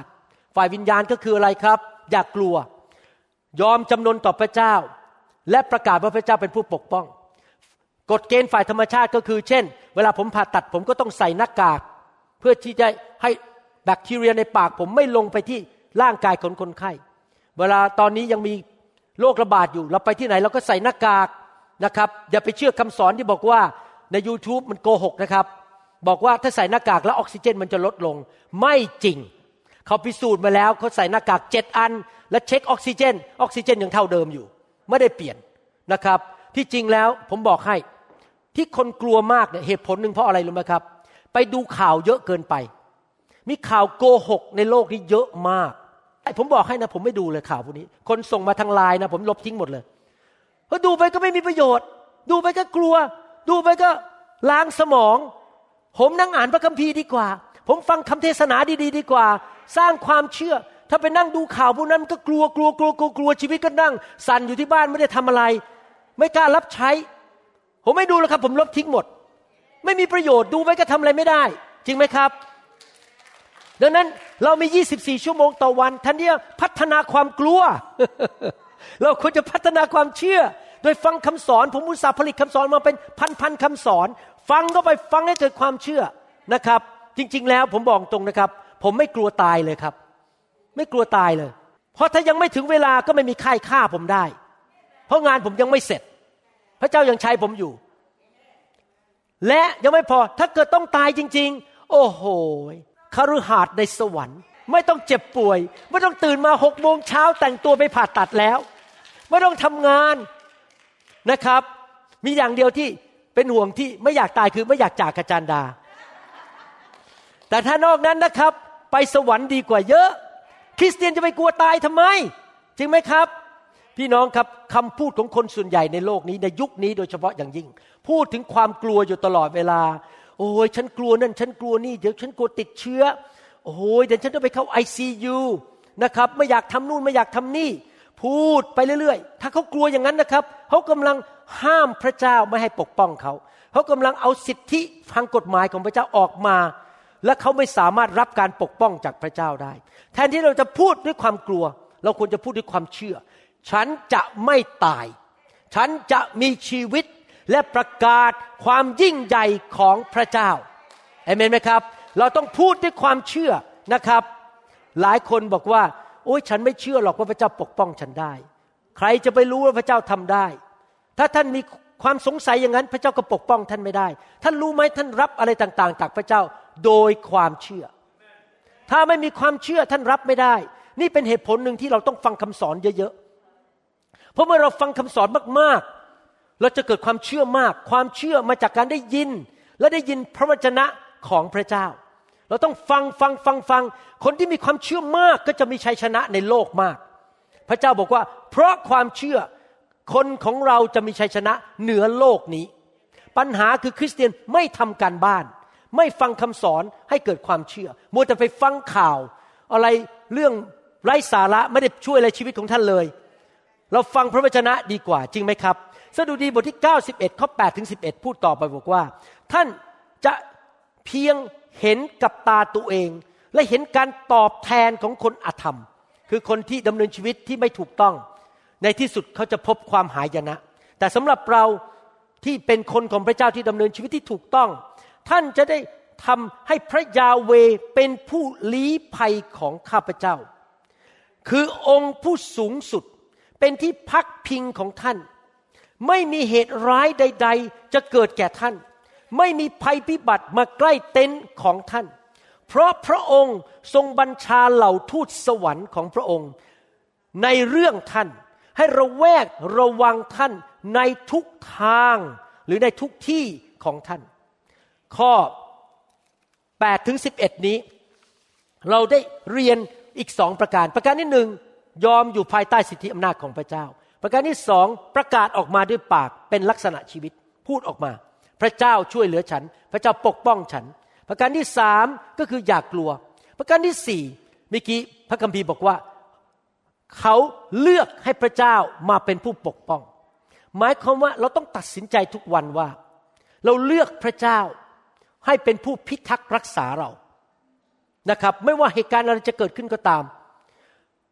ฝ่ายวิญญาณก็คืออะไรครับอย่ากลัวยอมจำนนต่อพระเจ้าและประกาศว่าพระเจ้าเป็นผู้ปกป้องกฎเกณฑ์ฝ่ายธรรมชาติก็คือเช่นเวลาผมผ่าตัดผมก็ต้องใส่หน้ากากเพื่อที่จะให้แบคทีเรียในปากผมไม่ลงไปที่ร่างกายของคนไข้เวลาตอนนี้ยังมีโรคระบาดอยู่เราไปที่ไหนเราก็ใส่หน้ากากนะครับอย่าไปเชื่อคำสอนที่บอกว่าใน YouTube มันโกหกนะครับบอกว่าถ้าใส่หน้ากากแล้วออกซิเจนมันจะลดลงไม่จริงเขาพิสูจน์มาแล้วเขาใส่หน้ากาก7อันและเช็คออกซิเจนยังเท่าเดิมอยู่ไม่ได้เปลี่ยนนะครับที่จริงแล้วผมบอกให้ที่คนกลัวมากเนี่ยเหตุผลหนึ่งเพราะอะไรรู้ไหมครับไปดูข่าวเยอะเกินไปมีข่าวโกหกในโลกนี้เยอะมากผมบอกให้นะผมไม่ดูเลยข่าวพวกนี้คนส่งมาทางไลน์นะผมลบทิ้งหมดเลยเพราะดูไปก็ไม่มีประโยชน์ดูไปก็กลัวดูไปก็ล้างสมองผมนั่งอ่านพระคัมภีร์ดีกว่าผมฟังคำเทศนาดีๆดีกว่าสร้างความเชื่อถ้าไปนั่งดูข่าวพวกนั้นก็กลัวชีวิตก็นั่งสั่นอยู่ที่บ้านไม่ได้ทำอะไรไม่กล้ารับใช้ผมไม่ดูแล้วครับผมลบทิ้งหมดไม่มีประโยชน์ดูไว้ก็ทำอะไรไม่ได้จริงไหมครับดังนั้นเรามี24ชั่วโมงต่อวันท่านเนี่ยพัฒนาความกลัว เราควรจะพัฒนาความเชื่อโดยฟังคำสอนผมอุตส่าห์ผลิตคำสอนมาเป็นพันคำสอนฟังเข้าไปฟังให้เกิดความเชื่อนะครับจริงๆแล้วผมบอกตรงนะครับผมไม่กลัวตายเลยครับไม่กลัวตายเลยเพราะถ้ายังไม่ถึงเวลาก็ไม่มีใครฆ่าผมได้เพราะงานผมยังไม่เสร็จพระเจ้ายังใช้ผมอยู่และยังไม่พอถ้าเกิดต้องตายจริงๆโอ้โหคฤหัสถ์ในสวรรค์ไม่ต้องเจ็บป่วยไม่ต้องตื่นมา6 โมงเช้าแต่งตัวไปผ่าตัดแล้วไม่ต้องทำงานนะครับมีอย่างเดียวที่เป็นห่วงที่ไม่อยากตายคือไม่อยากจากอาจารย์ดาแต่ถ้านอกนั้นนะครับไปสวรรค์ดีกว่าเยอะคริสเตียนจะไปกลัวตายทำไมจริงไหมครับพี่น้องครับคำพูดของคนส่วนใหญ่ในโลกนี้ในยุคนี้โดยเฉพาะอย่างยิ่งพูดถึงความกลัวอยู่ตลอดเวลาโอ้ยฉันกลัวนั่นฉันกลัวนี่เดี๋ยวฉันกลัวติดเชื้อโอ้ยเดี๋ยวฉันต้องไปเข้า ICU นะครับไม่อยากทำนู่นไม่อยากทำนี่พูดไปเรื่อยๆถ้าเขากลัวอย่างนั้นนะครับเขากำลังห้ามพระเจ้าไม่ให้ปกป้องเขากำลังเอาสิทธิทางกฎหมายของพระเจ้าออกมาและเขาไม่สามารถรับการปกป้องจากพระเจ้าได้แทนที่เราจะพูดด้วยความกลัวเราควรจะพูดด้วยความเชื่อฉันจะไม่ตายฉันจะมีชีวิตและประกาศความยิ่งใหญ่ของพระเจ้าเอเมนไหมครับเราต้องพูดด้วยความเชื่อนะครับหลายคนบอกว่าโอ๊ยฉันไม่เชื่อหรอกว่าพระเจ้าปกป้องฉันได้ใครจะไปรู้ว่าพระเจ้าทำได้ถ้าท่านมีความสงสัยอย่างนั้นพระเจ้าก็ปกป้องท่านไม่ได้ท่านรู้ไหมท่านรับอะไรต่างๆจากพระเจ้าโดยความเชื่อถ้าไม่มีความเชื่อท่านรับไม่ได้นี่เป็นเหตุผลหนึ่งที่เราต้องฟังคำสอนเยอะๆเพราะเมื่อเราฟังคำสอนมากๆเราจะเกิดความเชื่อมากความเชื่อมาจากการได้ยินและได้ยินพระวจนะของพระเจ้าเราต้องฟังคนที่มีความเชื่อมากก็จะมีชัยชนะในโลกมากพระเจ้าบอกว่าเพราะความเชื่อคนของเราจะมีชัยชนะเหนือโลกนี้ปัญหาคือคริสเตียนไม่ทำการบ้านไม่ฟังคำสอนให้เกิดความเชื่อมัวแต่ไปฟังข่าวอะไรเรื่องไร้สาระไม่ได้ช่วยอะไรชีวิตของท่านเลยเราฟังพระวจนะดีกว่าจริงไหมครับสดุดีบทที่91ข้อ8ถึง11พูดต่อไปบอกว่าท่านจะเพียงเห็นกับตาตัวเองและเห็นการตอบแทนของคนอธรรมคือคนที่ดำเนินชีวิตที่ไม่ถูกต้องในที่สุดเขาจะพบความหายนะแต่สำหรับเราที่เป็นคนของพระเจ้าที่ดำเนินชีวิตที่ถูกต้องท่านจะได้ทำให้พระยาเวห์เป็นผู้ลี้ภัยของข้าพเจ้าคือองค์ผู้สูงสุดเป็นที่พักพิงของท่านไม่มีเหตุร้ายใดๆจะเกิดแก่ท่านไม่มีภัยพิบัติมาใกล้เต็นท์ของท่านเพราะพระองค์ทรงบัญชาเหล่าทูตสวรรค์ของพระองค์ในเรื่องท่านให้ระแวดระวังท่านในทุกทางหรือในทุกที่ของท่านข้อ8ถึง11นี้เราได้เรียนอีก2ประการที่1ยอมอยู่ภายใต้สิทธิอำนาจของพระเจ้าประการที่2ประกาศออกมาด้วยปากเป็นลักษณะชีวิตพูดออกมาพระเจ้าช่วยเหลือฉันพระเจ้าปกป้องฉันประการที่3ก็คืออย่ากลัวประการที่4เมื่อกี้พระคัมภีร์บอกว่าเขาเลือกให้พระเจ้ามาเป็นผู้ปกป้องหมายความว่าเราต้องตัดสินใจทุกวันว่าเราเลือกพระเจ้าให้เป็นผู้พิทักษ์รักษาเรานะครับไม่ว่าเหตุการณ์อะไรจะเกิดขึ้นก็ตาม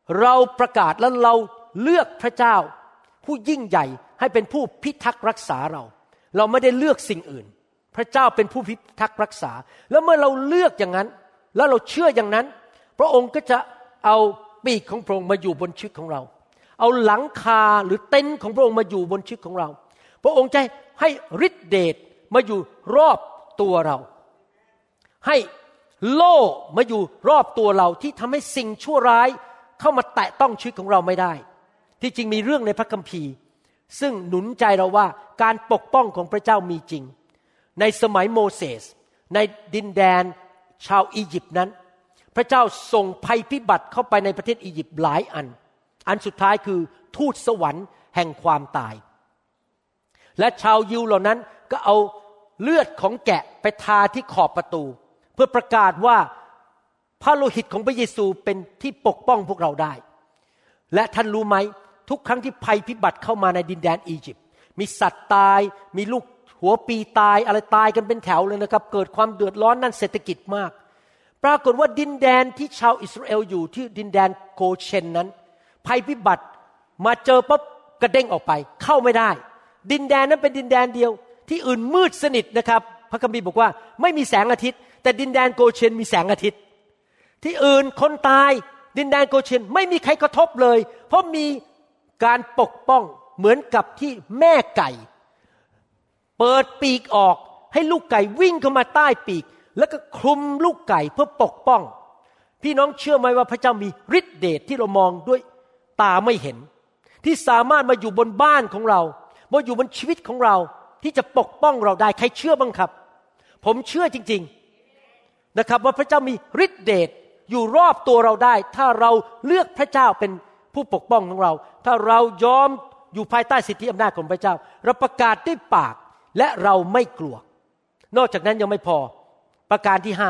เราประกาศและเราเลือกพระเจ้าผู้ยิ่งใหญ่ให้เป็นผู้พิทักษ์รักษาเราไม่ได้เลือกสิ่งอื่นพระเจ้าเป็นผู้พิทักษ์รักษาแล้วเมื่อเราเลือกอย่างนั้นแล้วเราเชื่ออย่างนั้นพระองค์ก็จะเอาปีกของพระองค์มาอยู่บนชีวิตของเราเอาหลังคาหรือเต็นท์ของพระองค์มาอยู่บนชีวิตของเราพระองค์จะให้ฤทธิเดชมาอยู่รอบตัวเราให้โล่มาอยู่รอบตัวเราที่ทำให้สิ่งชั่วร้ายเข้ามาแตะต้องชีวิตของเราไม่ได้ที่จริงมีเรื่องในพระคัมภีร์ซึ่งหนุนใจเราว่าการปกป้องของพระเจ้ามีจริงในสมัยโมเสสในดินแดนชาวอียิปต์นั้นพระเจ้าส่งภัยพิบัติเข้าไปในประเทศอียิปต์หลายอันสุดท้ายคือทูตสวรรค์แห่งความตายและชาวยิวเหล่านั้นก็เอาเลือดของแกะไปทาที่ขอบประตูเพื่อประกาศว่าพระโลหิตของพระเยซูเป็นที่ปกป้องพวกเราได้และท่านรู้ไหมทุกครั้งที่ภัยพิบัติเข้ามาในดินแดนอียิปต์มีสัตว์ตายมีลูกหัวปีตายอะไรตายกันเป็นแถวเลยนะครับเกิดความเดือดร้อนนั่นเศรษฐกิจมากปรากฏว่าดินแดนที่ชาวอิสราเอลอยู่ที่ดินแดนโกเชนนั้นภัยพิบัติมาเจอปั๊บกระเด้งออกไปเข้าไม่ได้ดินแดนนั้นเป็นดินแดนเดียวที่อื่นมืดสนิทนะครับพระคัมภีร์บอกว่าไม่มีแสงอาทิตย์แต่ดินแดนโกเชนมีแสงอาทิตย์ที่อื่นคนตายดินแดนโกเชนไม่มีใครกระทบเลยเพราะมีการปกป้องเหมือนกับที่แม่ไก่เปิดปีกออกให้ลูกไก่วิ่งเข้ามาใต้ปีกแล้วก็คลุมลูกไก่เพื่อปกป้องพี่น้องเชื่อไหมว่าพระเจ้ามีฤทธิเดชที่เรามองด้วยตาไม่เห็นที่สามารถมาอยู่บนบ้านของเรามาอยู่บนชีวิตของเราที่จะปกป้องเราได้ใครเชื่อบ้างครับผมเชื่อจริงๆนะครับว่าพระเจ้ามีฤทธิเดชอยู่รอบตัวเราได้ถ้าเราเลือกพระเจ้าเป็นผู้ปกป้องของเราถ้าเรายอมอยู่ภายใต้สิทธิอำนาจของพระเจ้าเราประกาศด้วยปากและเราไม่กลัวนอกจากนั้นยังไม่พอประการที่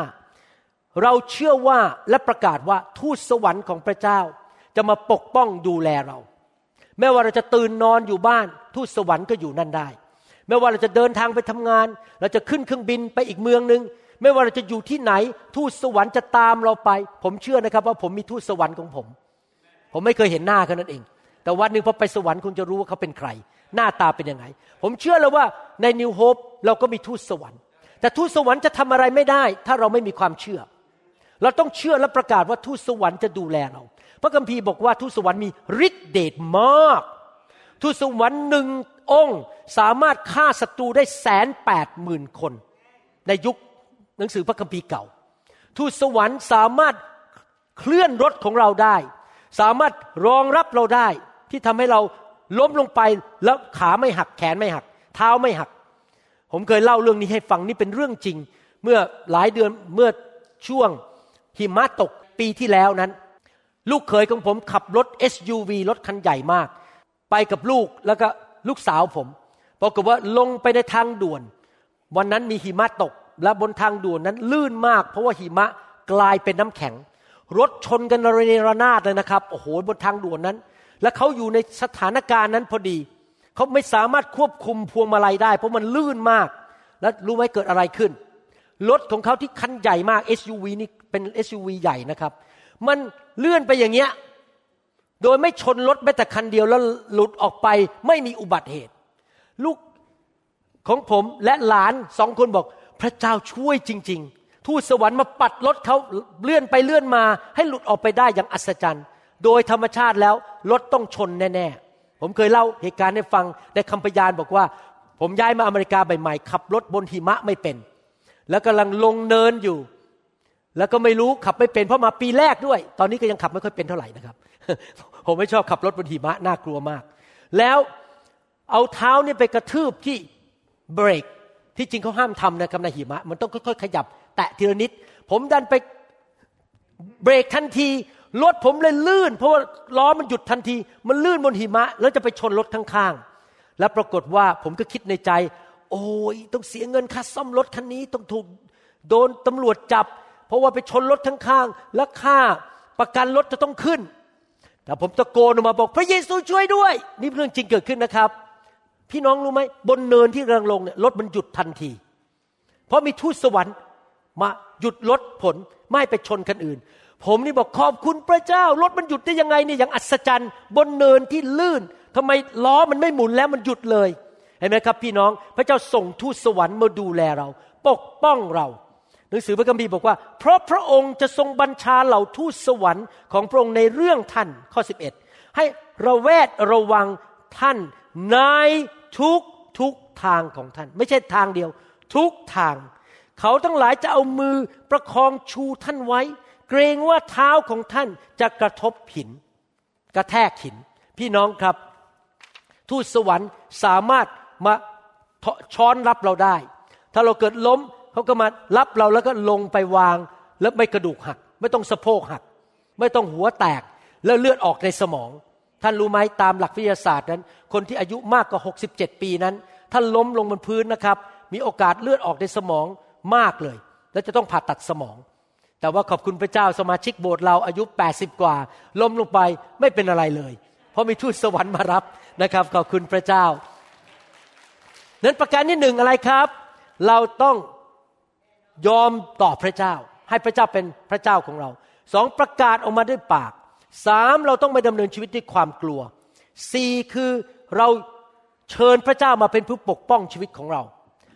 5เราเชื่อว่าและประกาศว่าทูตสวรรค์ของพระเจ้าจะมาปกป้องดูแลเราแม้ว่าเราจะตื่นนอนอยู่บ้านทูตสวรรค์ก็อยู่นั่นได้ไม่ว่าเราจะเดินทางไปทำงานเราจะขึ้นเครื่องบินไปอีกเมืองนึงไม่ว่าเราจะอยู่ที่ไหนทูตสวรรค์จะตามเราไปผมเชื่อนะครับว่าผมมีทูตสวรรค์ของผมไม่เคยเห็นหน้าเขานั่นเองแต่วันนึงพอไปสวรรค์คุณจะรู้ว่าเขาเป็นใครหน้าตาเป็นยังไงผมเชื่อเลยว่าในนิวโฮปเราก็มีทูตสวรรค์แต่ทูตสวรรค์จะทำอะไรไม่ได้ถ้าเราไม่มีความเชื่อเราต้องเชื่อและประกาศว่าทูตสวรรค์จะดูแลเราพระคัมภีร์บอกว่าทูตสวรรค์มีฤทธิเดชมากทูตสวรรค์1 องค์สามารถฆ่าศัตรูได้180,000 คนในยุคหนังสือพระคัมภีร์เก่าทูตสวรรค์สามารถเคลื่อนรถของเราได้สามารถรองรับเราได้ที่ทำให้เราล้มลงไปแล้วขาไม่หักแขนไม่หักเท้าไม่หักผมเคยเล่าเรื่องนี้ให้ฟังนี่เป็นเรื่องจริงเมื่อหลายเดือนเมื่อช่วงหิมะตกปีที่แล้วนั้นลูกเขยของผมขับรถ SUV รถคันใหญ่มากไปกับลูกแล้วก็ลูกสาวผมปรากฏว่าลงไปในทางด่วนวันนั้นมีหิมะตกและบนทางด่วนนั้นลื่นมากเพราะว่าหิมะกลายเป็นน้ำแข็งรถชนกันระนาดเลยนะครับโอ้โหบนทางด่วนนั้นและเขาอยู่ในสถานการณ์นั้นพอดีเขาไม่สามารถควบคุมพวงมาลัยได้เพราะมันลื่นมากแล้วรู้ไหมเกิดอะไรขึ้นรถของเขาที่คันใหญ่มาก SUV นี่เป็น SUV ใหญ่นะครับมันเลื่อนไปอย่างเงี้ยโดยไม่ชนรถแม้แต่คันเดียวแล้วหลุดออกไปไม่มีอุบัติเหตุลูกของผมและหลาน2 คนบอกพระเจ้าช่วยจริงๆทูตสวรรค์มาปัดรถเขาเลื่อนไปเลื่อนมาให้หลุดออกไปได้อย่างอัศจรรย์โดยธรรมชาติแล้วรถต้องชนแน่ๆผมเคยเล่าเหตุการณ์ให้ฟังในคำพยานบอกว่าผมย้ายมาอเมริกาใหม่ๆขับรถบนหิมะไม่เป็นแล้วกำลังลงเนินอยู่แล้วก็ไม่รู้ขับไม่เป็นเพราะมาปีแรกด้วยตอนนี้ก็ยังขับไม่ค่อยเป็นเท่าไหร่นะครับ ผมไม่ชอบขับรถบนหิมะน่ากลัวมากแล้วเอาเท้านี่ไปกระทืบที่เบรกที่จริงเขาห้ามทำนะครับในหิมะมันต้องค่อยๆขยับแตะทีละนิดผมดันไปเบรกทันทีรถผมเลยลื่นเพราะว่าล้อมันหยุดทันทีมันลื่นบนหิมะแล้วจะไปชนรถข้างๆแล้วปรากฏว่าผมก็คิดในใจโอ้ยต้องเสียเงินค่าซ่อมรถคันนี้ต้องถูกโดนตำรวจจับเพราะว่าไปชนรถข้างๆและค่าประกันรถจะต้องขึ้นแต่ผมตะโกนออกมาบอกพระเยซูช่วยด้วยนี่เรื่องจริงเกิดขึ้นนะครับพี่น้องรู้ไหมบนเนินที่กำลังลงเนี่ยรถมันหยุดทันทีเพราะมีทูตสวรรค์มาหยุดรถผลไม่ไปชนคันอื่นผมนี่บอกขอบคุณพระเจ้ารถมันหยุดได้ยังไงเนี่ยอย่างอัศจรรย์บนเนินที่ลื่นทำไมล้อมันไม่หมุนแล้วมันหยุดเลยเห็นไหมครับพี่น้องพระเจ้าส่งทูตสวรรค์มาดูแลเราปกป้องเราหนังสือพระคัมภีร์บอกว่าเพราะพระองค์จะทรงบัญชาเหล่าทูตสวรรค์ของพระองค์ในเรื่องท่านข้อ11ให้ระแวดระวังท่านในทุกทางของท่านไม่ใช่ทางเดียวทุกทางเขาทั้งหลายจะเอามือประคองชูท่านไว้เกรงว่าเท้าของท่านจะกระทบหินกระแทกหินพี่น้องครับทูตสวรรค์สามารถมาช้อนรับเราได้ถ้าเราเกิดล้มเขาก็มารับเราแล้วก็ลงไปวางแล้วไม่กระดูกหักไม่ต้องสะโพกหักไม่ต้องหัวแตกแล้วเลือดออกในสมองท่านรู้ไหมตามหลักวิทยาศาสตร์นั้นคนที่อายุมากกว่า67ปีนั้นท่านล้มลงบนพื้นนะครับมีโอกาสเลือดออกในสมองมากเลยแล้วจะต้องผ่าตัดสมองแต่ว่าขอบคุณพระเจ้าสมาชิกโบสถ์เราอายุ80กว่าล้มลงไปไม่เป็นอะไรเลยเพราะมีทูตสวรรค์มารับนะครับขอบคุณพระเจ้านั้นประการที่1อะไรครับเราต้องยอมต่อพระเจ้าให้พระเจ้าเป็นพระเจ้าของเรา2ประกาศออกมาด้วยปาก3เราต้องไม่ดำเนินชีวิตด้วยความกลัว4คือเราเชิญพระเจ้ามาเป็นผู้ปกป้องชีวิตของเรา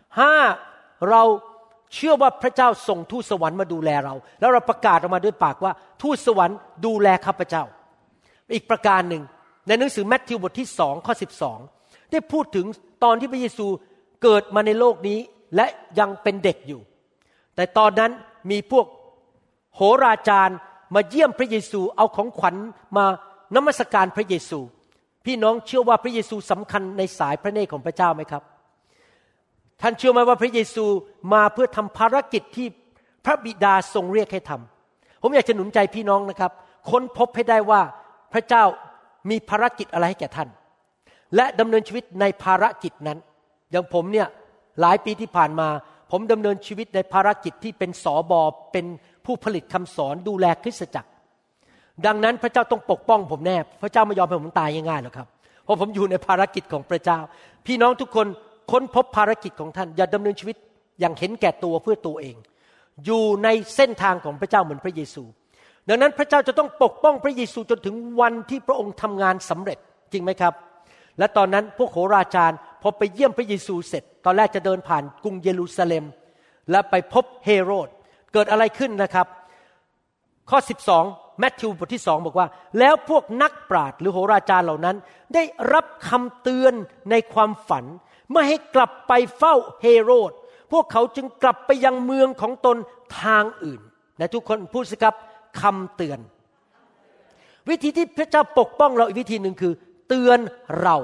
5เราเชื่อว่าพระเจ้าส่งทูตสวรรค์มาดูแลเราแล้วเราประกาศออกมาด้วยปากว่าทูตสวรรค์ดูแลข้าพเจ้าอีกประการหนึ่งในหนังสือมัทธิวบทที่2ข้อ12ได้พูดถึงตอนที่พระเยซูเกิดมาในโลกนี้และยังเป็นเด็กอยู่แต่ตอนนั้นมีพวกโหราจารย์มาเยี่ยมพระเยซูเอาของขวัญมานมัสการพระเยซูพี่น้องเชื่อว่าพระเยซูสำคัญในสายพระเนตรของพระเจ้าไหมครับท่านเชื่อไหมว่าพระเยซูมาเพื่อทำภารกิจที่พระบิดาทรงเรียกให้ทำผมอยากจะหนุนใจพี่น้องนะครับค้นพบให้ได้ว่าพระเจ้ามีภารกิจอะไรให้แก่ท่านและดำเนินชีวิตในภารกิจนั้นอย่างผมเนี่ยหลายปีที่ผ่านมาผมดำเนินชีวิตในภารกิจที่เป็นสบเป็นผู้ผลิตคำสอนดูแลคริสตจักรดังนั้นพระเจ้าต้องปกป้องผมแน่พระเจ้าไม่ยอมให้ผมตายง่ายๆหรอกครับเพราะผมอยู่ในภารกิจของพระเจ้าพี่น้องทุกคนค้นพบภารกิจของท่านอย่าดำเนินชีวิตอย่างเห็นแก่ตัวเพื่อตัวเองอยู่ในเส้นทางของพระเจ้าเหมือนพระเยซูดังนั้นพระเจ้าจะต้องปกป้องพระเยซูจนถึงวันที่พระองค์ทำงานสำเร็จจริงไหมครับและตอนนั้นพวกโหราจารย์พอไปเยี่ยมพระเยซูเสร็จตอนแรกจะเดินผ่านกรุงเยรูซาเล็มและไปพบเฮโรดเกิดอะไรขึ้นนะครับข้อ12มัทธิวบทที่2บอกว่าแล้วพวกนักปราชญ์หรือโหราจารย์เหล่านั้นได้รับคำเตือนในความฝันไม่ให้กลับไปเฝ้าเฮโรดพวกเขาจึงกลับไปยังเมืองของตนทางอื่นนะทุกคนพูดสิครับคำเตือนวิธีที่พระเจ้าปกป้องเราอีกวิธีหนึ่งคือเตือนเรา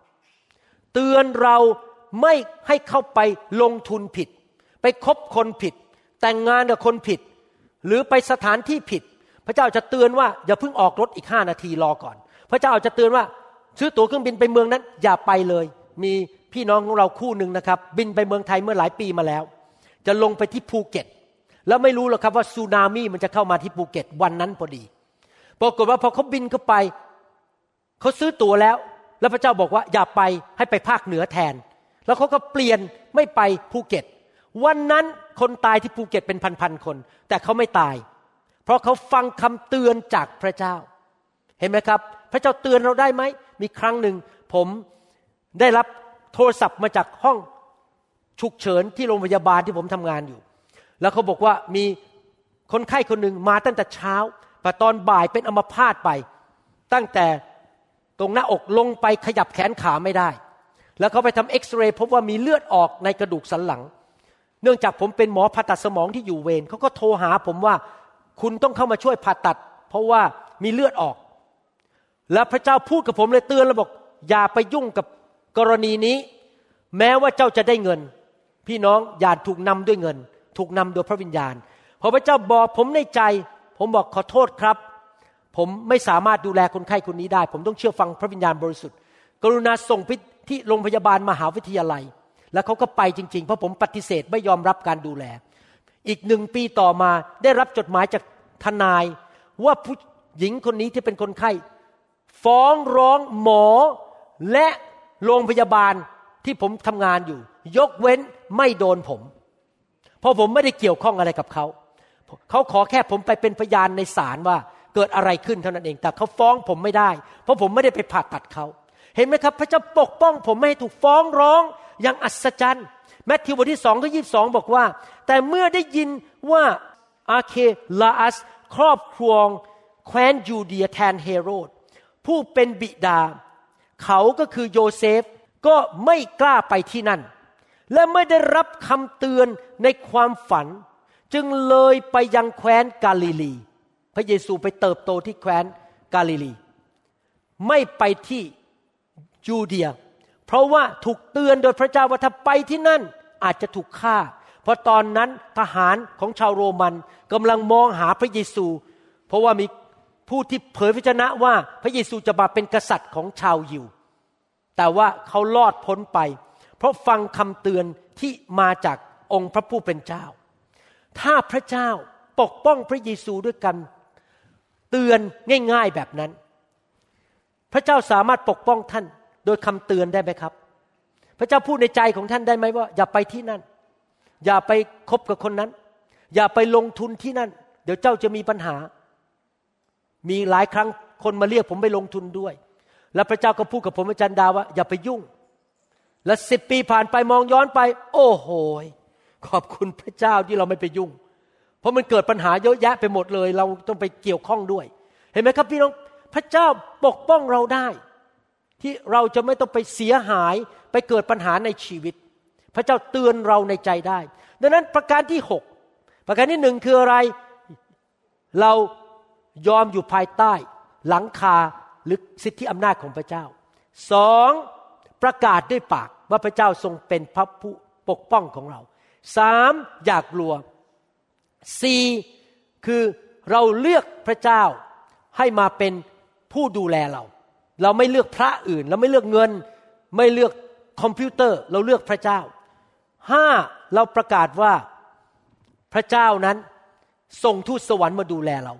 ไม่ให้เข้าไปลงทุนผิดไปคบคนผิดแต่งงานกับคนผิดหรือไปสถานที่ผิดพระเจ้าจะเตือนว่าอย่าเพิ่งออกรถอีก5นาทีรอก่อนพระเจ้าจะเตือนว่าซื้อตั๋วเครื่องบินไปเมืองนั้นอย่าไปเลยมีพี่น้องของเราคู่นึงนะครับบินไปเมืองไทยเมื่อหลายปีมาแล้วจะลงไปที่ภูเก็ตแล้วไม่รู้หรอกครับว่าสึนามิมันจะเข้ามาที่ภูเก็ตวันนั้นพอดีปรากฏว่าพอเขาบินเข้าไปเขาซื้อตั๋วแล้วพระเจ้าบอกว่าอย่าไปให้ไปภาคเหนือแทนแล้วเขาก็เปลี่ยนไม่ไปภูเก็ตวันนั้นคนตายที่ภูเก็ตเป็นพันๆคนแต่เขาไม่ตายเพราะเขาฟังคำเตือนจากพระเจ้าเห็นไหมครับพระเจ้าเตือนเราได้ไหมมีครั้งหนึ่งผมได้รับโทรศัพท์มาจากห้องฉุกเฉินที่โรงพยาบาลที่ผมทำงานอยู่แล้วเขาบอกว่ามีคนไข้คนหนึ่งมาตั้งแต่เช้าแต่ตอนบ่ายเป็นอัมพาตไปตั้งแต่ตรงหน้าอกลงไปขยับแขนขาไม่ได้แล้วเขาไปทำเอ็กซเรย์พบว่ามีเลือดออกในกระดูกสันหลังเนื่องจากผมเป็นหมอผ่าตัดสมองที่อยู่เวรเขาก็โทรหาผมว่าคุณต้องเข้ามาช่วยผ่าตัดเพราะว่ามีเลือดออกแล้วพระเจ้าพูดกับผมเลยเตือนแล้วบอกอย่าไปยุ่งกับกรณีนี้แม้ว่าเจ้าจะได้เงินพี่น้องอย่าถูกนำด้วยเงินถูกนำโดยพระวิญญาณพอพระเจ้าบอกผมในใจผมบอกขอโทษครับผมไม่สามารถดูแลคนไข้คนนี้ได้ผมต้องเชื่อฟังพระวิญญาณบริสุทธิ์กรุณาส่งไปที่โรงพยาบาลมหาวิทยาลัยแล้วเขาก็ไปจริงๆเพราะผมปฏิเสธไม่ยอมรับการดูแลอีก1 ปีต่อมาได้รับจดหมายจากทนายว่าผู้หญิงคนนี้ที่เป็นคนไข้ฟ้องร้องหมอและโรงพยาบาลที่ผมทำงานอยู่ยกเว้นไม่โดนผมเพราะผมไม่ได้เกี่ยวข้องอะไรกับเขาผเขาขอแค่ผมไปเป็นพยานในศาลว่าเกิดอะไรขึ้นเท่านั้นเองแต่เขาฟ้องผมไม่ได้เพราะผมไม่ได้ไปผ่าตัดเขาเห็นไหมครับพระเจ้าปกป้องผมไม่ให้ถูกฟ้องร้องอย่างอัศจรรย์แมทธิวบทที่2ข้อ22บอกว่าแต่เมื่อได้ยินว่าอาเคลาอัสครอบครองแคว้นยูเดียแทนเฮโรดผู้เป็นบิดาเขาก็คือโยเซฟก็ไม่กล้าไปที่นั่นและไม่ได้รับคำเตือนในความฝันจึงเลยไปยังแคว้นกาลิลีพระเยซูไปเติบโตที่แคว้นกาลิลีไม่ไปที่ยูเดียเพราะว่าถูกเตือนโดยพระเจ้าว่าถ้าไปที่นั่นอาจจะถูกฆ่าเพราะตอนนั้นทหารของชาวโรมันกำลังมองหาพระเยซูเพราะว่ามีผู้ที่เผยพระชนะว่าพระเยซูจะมาเป็นกษัตริย์ของชาวยิวแต่ว่าเขารอดพ้นไปเพราะฟังคำเตือนที่มาจากองค์พระผู้เป็นเจ้าถ้าพระเจ้าปกป้องพระเยซูด้วยกันเตือนง่ายๆแบบนั้นพระเจ้าสามารถปกป้องท่านโดยคำเตือนได้ไหมครับพระเจ้าพูดในใจของท่านได้ไหมว่าอย่าไปที่นั่นอย่าไปคบกับคนนั้นอย่าไปลงทุนที่นั่นเดี๋ยวเจ้าจะมีปัญหามีหลายครั้งคนมาเรียกผมไปลงทุนด้วยแล้วพระเจ้าก็พูดกับผมอาจารย์ดาว่าอย่าไปยุ่งและ10 ปีผ่านไปมองย้อนไปโอ้โหขอบคุณพระเจ้าที่เราไม่ไปยุ่งเพราะมันเกิดปัญหาเยอะแยะไปหมดเลยเราต้องไปเกี่ยวข้องด้วยเห็นไหมครับพี่น้องพระเจ้าปกป้องเราได้ที่เราจะไม่ต้องไปเสียหายไปเกิดปัญหาในชีวิตพระเจ้าเตือนเราในใจได้ดังนั้นประการที่6ประการที่1คืออะไรเรายอมอยู่ภายใต้หลังคาหรือสิทธิอำนาจของพระเจ้า2ประกาศด้วยปากว่าพระเจ้าทรงเป็นพระผู้ปกป้องของเรา3อย่ากลัว4คือเราเลือกพระเจ้าให้มาเป็นผู้ดูแลเราไม่เลือกพระอื่นเราไม่เลือกเงินไม่เลือกคอมพิวเตอร์เราเลือกพระเจ้า5เราประกาศว่าพระเจ้านั้นส่งทูตสวรรค์มาดูแลเรา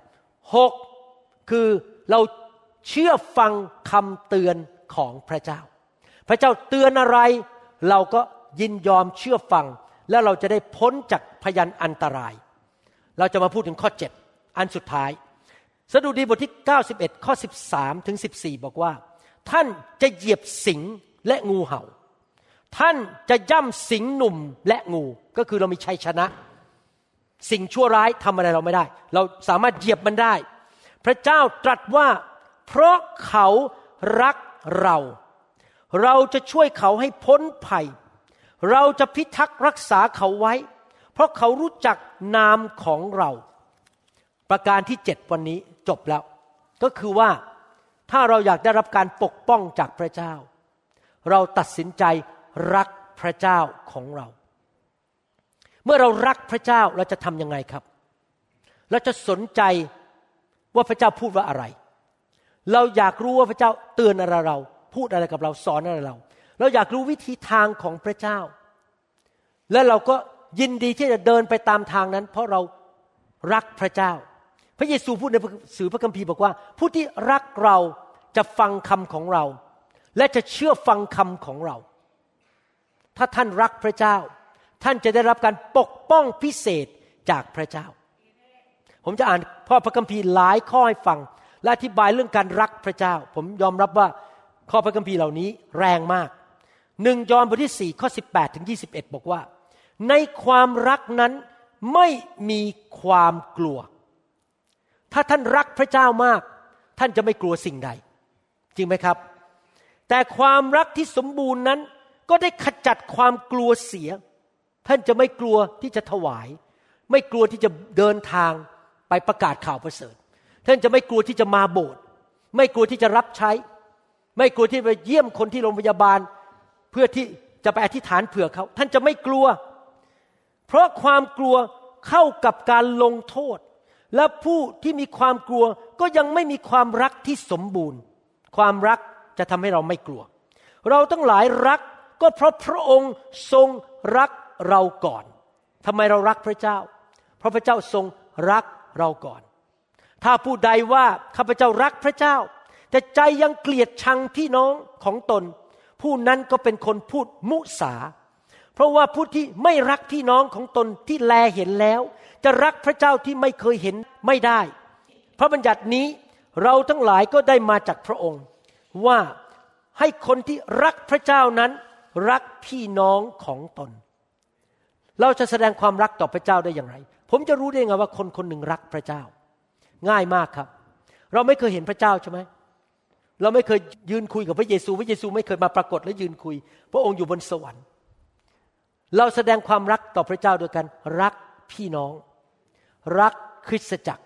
6คือเราเชื่อฟังคำเตือนของพระเจ้าพระเจ้าเตือนอะไรเราก็ยินยอมเชื่อฟังและเราจะได้พ้นจากพยันอันตรายเราจะมาพูดถึงข้อ7อันสุดท้ายสดุดีบทที่91ข้อ13ถึง14บอกว่าท่านจะเหยียบสิงและงูเห่าท่านจะย่ำสิงหนุ่มและงูก็คือเรามีชัยชนะสิ่งชั่วร้ายทำอะไรเราไม่ได้เราสามารถเหยียบมันได้พระเจ้าตรัสว่าเพราะเขารักเราจะช่วยเขาให้พ้นภัยเราจะพิทักษ์รักษาเขาไว้เพราะเขารู้จักนามของเราประการที่7วันนี้จบแล้วก็คือว่าถ้าเราอยากได้รับการปกป้องจากพระเจ้าเราตัดสินใจรักพระเจ้าของเราเมื่อเรารักพระเจ้าเราจะทำยังไงครับเราจะสนใจว่าพระเจ้าพูดว่าอะไรเราอยากรู้ว่าพระเจ้าเตือนอะไรเราพูดอะไรกับเราสอนอะไรเราอยากรู้วิธีทางของพระเจ้าและเราก็ยินดีที่จะเดินไปตามทางนั้นเพราะเรารักพระเจ้าพระเยซูพูดในหนังสือพระคัมภีร์บอกว่าผู้ที่รักเราจะฟังคำของเราและจะเชื่อฟังคำของเราถ้าท่านรักพระเจ้าท่านจะได้รับการปกป้องพิเศษจากพระเจ้าผมจะอ่านข้อพระคัมภีร์หลายข้อให้ฟังและอธิบายเรื่องการรักพระเจ้าผมยอมรับว่าข้อพระคัมภีร์เหล่านี้แรงมาก1ยอห์นบทที่4ข้อ18ถึง21บอกว่าในความรักนั้นไม่มีความกลัวถ้าท่านรักพระเจ้ามากท่านจะไม่กลัวสิ่งใดจริงไหมครับแต่ความรักที่สมบูรณ์นั้นก็ได้ขจัดความกลัวเสียท่านจะไม่กลัวที่จะถวายไม่กลัวที่จะเดินทางไปประกาศข่าวประเสริฐท่านจะไม่กลัวที่จะมาโบสถ์ไม่กลัวที่จะรับใช้ไม่กลัวที่ไปเยี่ยมคนที่โรงพยาบาลเพื่อที่จะไปอธิษฐานเผื่อเขาท่านจะไม่กลัวเพราะความกลัวเข้ากับการลงโทษและผู้ที่มีความกลัวก็ยังไม่มีความรักที่สมบูรณ์ความรักจะทำให้เราไม่กลัวเราทั้งหลายรักก็เพราะพระองค์ทรงรักเราก่อนทำไมเรารักพระเจ้าเพราะพระเจ้าทรงรักเราก่อนถ้าผู้ใดว่าข้าพเจ้ารักพระเจ้าแต่ใจยังเกลียดชังพี่น้องของตนผู้นั้นก็เป็นคนพูดมุสาเพราะว่าผู้ที่ไม่รักพี่น้องของตนที่แลเห็นแล้วจะรักพระเจ้าที่ไม่เคยเห็นไม่ได้พระบัญญัตินี้เราทั้งหลายก็ได้มาจากพระองค์ว่าให้คนที่รักพระเจ้านั้นรักพี่น้องของตนเราจะแสดงความรักต่อพระเจ้าได้อย่างไรผมจะรู้ได้ไงว่าคนคนหนึ่งรักพระเจ้าง่ายมากครับเราไม่เคยเห็นพระเจ้าใช่ไหมเราไม่เคยยืนคุยกับพระเยซูพระเยซูไม่เคยมาปรากฏและยืนคุยพระองค์อยู่บนสวรรค์เราแสดงความรักต่อพระเจ้าโดยการรักพี่น้องรักคริสตจักร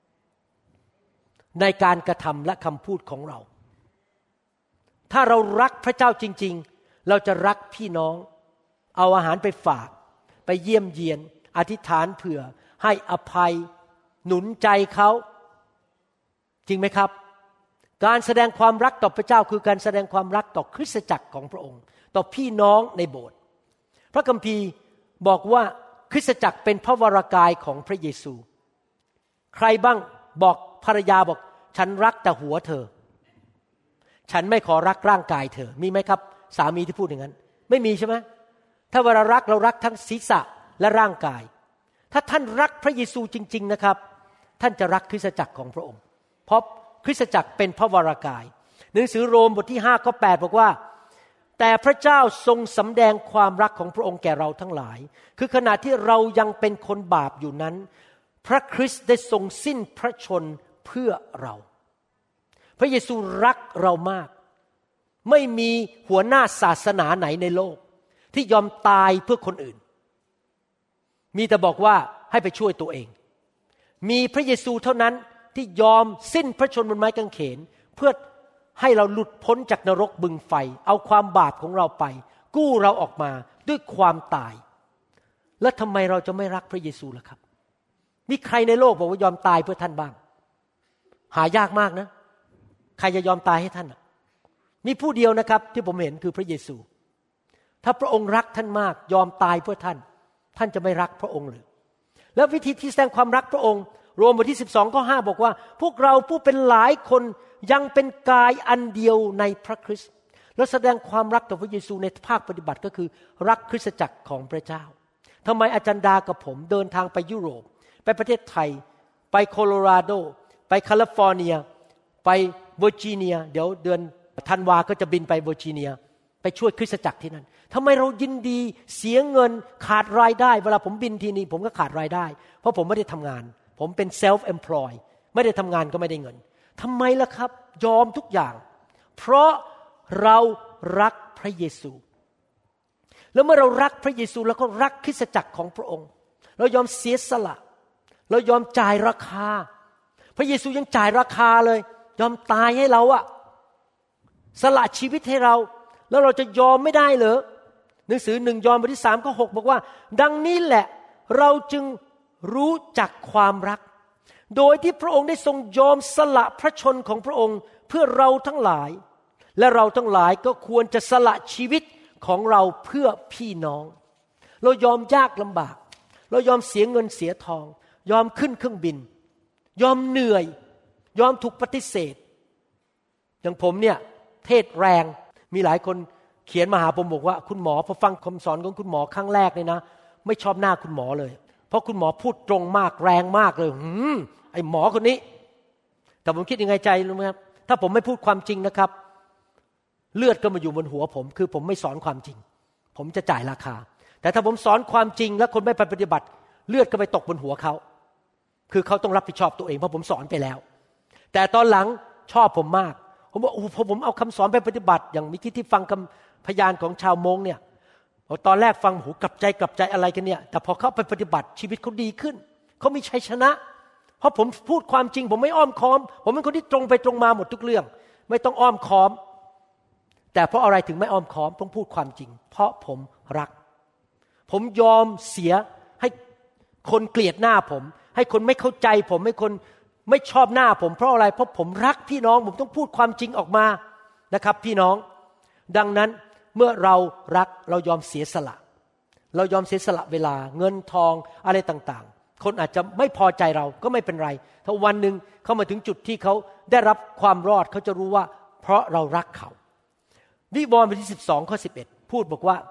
ในการกระทำและคำพูดของเราถ้าเรารักพระเจ้าจริงๆเราจะรักพี่น้องเอาอาหารไปฝากไปเยี่ยมเยียนอธิษฐานเผื่อให้อภัยหนุนใจเขาจริงไหมครับการแสดงความรักต่อพระเจ้าคือการแสดงความรักต่อคริสตจักรของพระองค์ต่อพี่น้องในโบสถ์พระคัมภีร์บอกว่าคริสตจักรเป็นพระวรากายของพระเยซูใครบ้างบอกภรรยาบอกฉันรักแต่หัวเธอฉันไม่ขอรักร่างกายเธอมีไหมครับสามีที่พูดอย่างนั้นไม่มีใช่ไหมถ้าเวลารักเรารักทั้งศีรษะและร่างกายถ้าท่านรักพระเยซูจริงๆนะครับท่านจะรักคริสตจักรของพระองค์เพราะคริสตจักรเป็นพระวรากายหนังสือโรมบทที่5ข้อ8บอกว่าแต่พระเจ้าทรงสำแดงความรักของพระองค์แก่เราทั้งหลายคือขณะที่เรายังเป็นคนบาปอยู่นั้นพระคริสต์ได้ทรงสิ้นพระชนเพื่อเราพระเยซูรักเรามากไม่มีหัวหน้าศาสนาไหนในโลกที่ยอมตายเพื่อคนอื่นมีแต่บอกว่าให้ไปช่วยตัวเองมีพระเยซูเท่านั้นที่ยอมสิ้นพระชนม์บนไม้กางเขนเพื่อให้เราหลุดพ้นจากนรกบึงไฟเอาความบาปของเราไปกู้เราออกมาด้วยความตายแล้วทำไมเราจะไม่รักพระเยซูล่ะครับมีใครในโลกบอกว่ายอมตายเพื่อท่านบ้างหายากมากนะใครจะยอมตายให้ท่านมีผู้เดียวนะครับที่ผมเห็นคือพระเยซูถ้าพระองค์รักท่านมากยอมตายเพื่อท่านท่านจะไม่รักพระองค์หรือแล้ววิธีที่แสดงความรักพระองค์โรมบทที่12ข้อ5บอกว่าพวกเราผู้เป็นหลายคนยังเป็นกายอันเดียวในพระคริสต์แล้วแสดงความรักต่อพระเยซูในภาคปฏิบัติก็คือรักคริสตจักรของพระเจ้าทำไมอาจารย์ดากับผมเดินทางไปยุโรปไปประเทศไทยไปโคโลราโดไปแคลิฟอร์เนียไปเวอร์จิเนียเดี๋ยวเดือนธันวาก็จะบินไปเวอร์จิเนียไปช่วยคริสตจักรที่นั่นทำไมเรายินดีเสียเงินขาดรายได้เวลาผมบินทีนี้ผมก็ขาดรายได้เพราะผมไม่ได้ทำงานผมเป็น self employed ไม่ได้ทำงานก็ไม่ได้เงินทำไมล่ะครับยอมทุกอย่างเพราะเรารักพระเยซูแล้วเมื่อเรารักพระเยซูแล้วก็รักคริสตจักรของพระองค์เรายอมเสียสละเรายอมจ่ายราคาพระเยซูยังจ่ายราคาเลยยอมตายให้เราอะสละชีวิตให้เราแล้วเราจะยอมไม่ได้เหรอหนังสือ1ยอห์นบทที่3ข้อ6บอกว่าดังนี้แหละเราจึงรู้จักความรักโดยที่พระองค์ได้ทรงยอมสละพระชนของพระองค์เพื่อเราทั้งหลายและเราทั้งหลายก็ควรจะสละชีวิตของเราเพื่อพี่น้องเรายอมยากลำบากเรายอมเสียเงินเสียทองยอมขึ้นเครื่องบินยอมเหนื่อยยอมถูกปฏิเสธอย่างผมเนี่ยเทศแรงมีหลายคนเขียนมาหาผมบอกว่าคุณหมอพอฟังคำสอนของคุณหมอครั้งแรกเลยนะไม่ชอบหน้าคุณหมอเลยเพราะคุณหมอพูดตรงมากแรงมากเลยไอ้หมอคนนี้แต่ผมคิดยังไงใจรู้ไหมครับถ้าผมไม่พูดความจริงนะครับเลือดก็มาอยู่บนหัวผมคือผมไม่สอนความจริงผมจะจ่ายราคาแต่ถ้าผมสอนความจริงแล้วคนไม่ไปปฏิบัติเลือดก็ไปตกบนหัวเขาคือเขาต้องรับผิดชอบตัวเองเพราะผมสอนไปแล้วแต่ตอนหลังชอบผมมากผมบอกพอผมเอาคำสอนไปปฏิบัติอย่างเมื่อกี้ที่ฟังคำพยานของชาวมงเนี่ยตอนแรกฟังหูกลับใจอะไรกันเนี่ยแต่พอเข้าไปปฏิบัติชีวิตเขาดีขึ้นเขามีชัยชนะเพราะผมพูดความจริงผมไม่อ้อมค้อมผมเป็นคนที่ตรงไปตรงมาหมดทุกเรื่องไม่ต้องอ้อมค้อมแต่เพราะอะไรถึงไม่อ้อมค้อมต้องพูดความจริงเพราะผมรักผมยอมเสียให้คนเกลียดหน้าผมให้คนไม่เข้าใจผมให้คนไม่ชอบหน้าผมเพราะอะไรเพราะผมรักพี่น้องผมต้องพูดความจริงออกมานะครับพี่น้องดังนั้นเมื่อเรารักเรายอมเสียสละเรายอมเสียสละเวลาเงินทองอะไรต่างๆคนอาจจะไม่พอใจเราก็ไม่เป็นไรถ้าวันหนึ่งเขามาถึงจุดที่เขาได้รับความรอดเขาจะรู้ว่าเพราะเรารักเขาวิวรณ์บทที่12ข้อ11พูดบอกว่า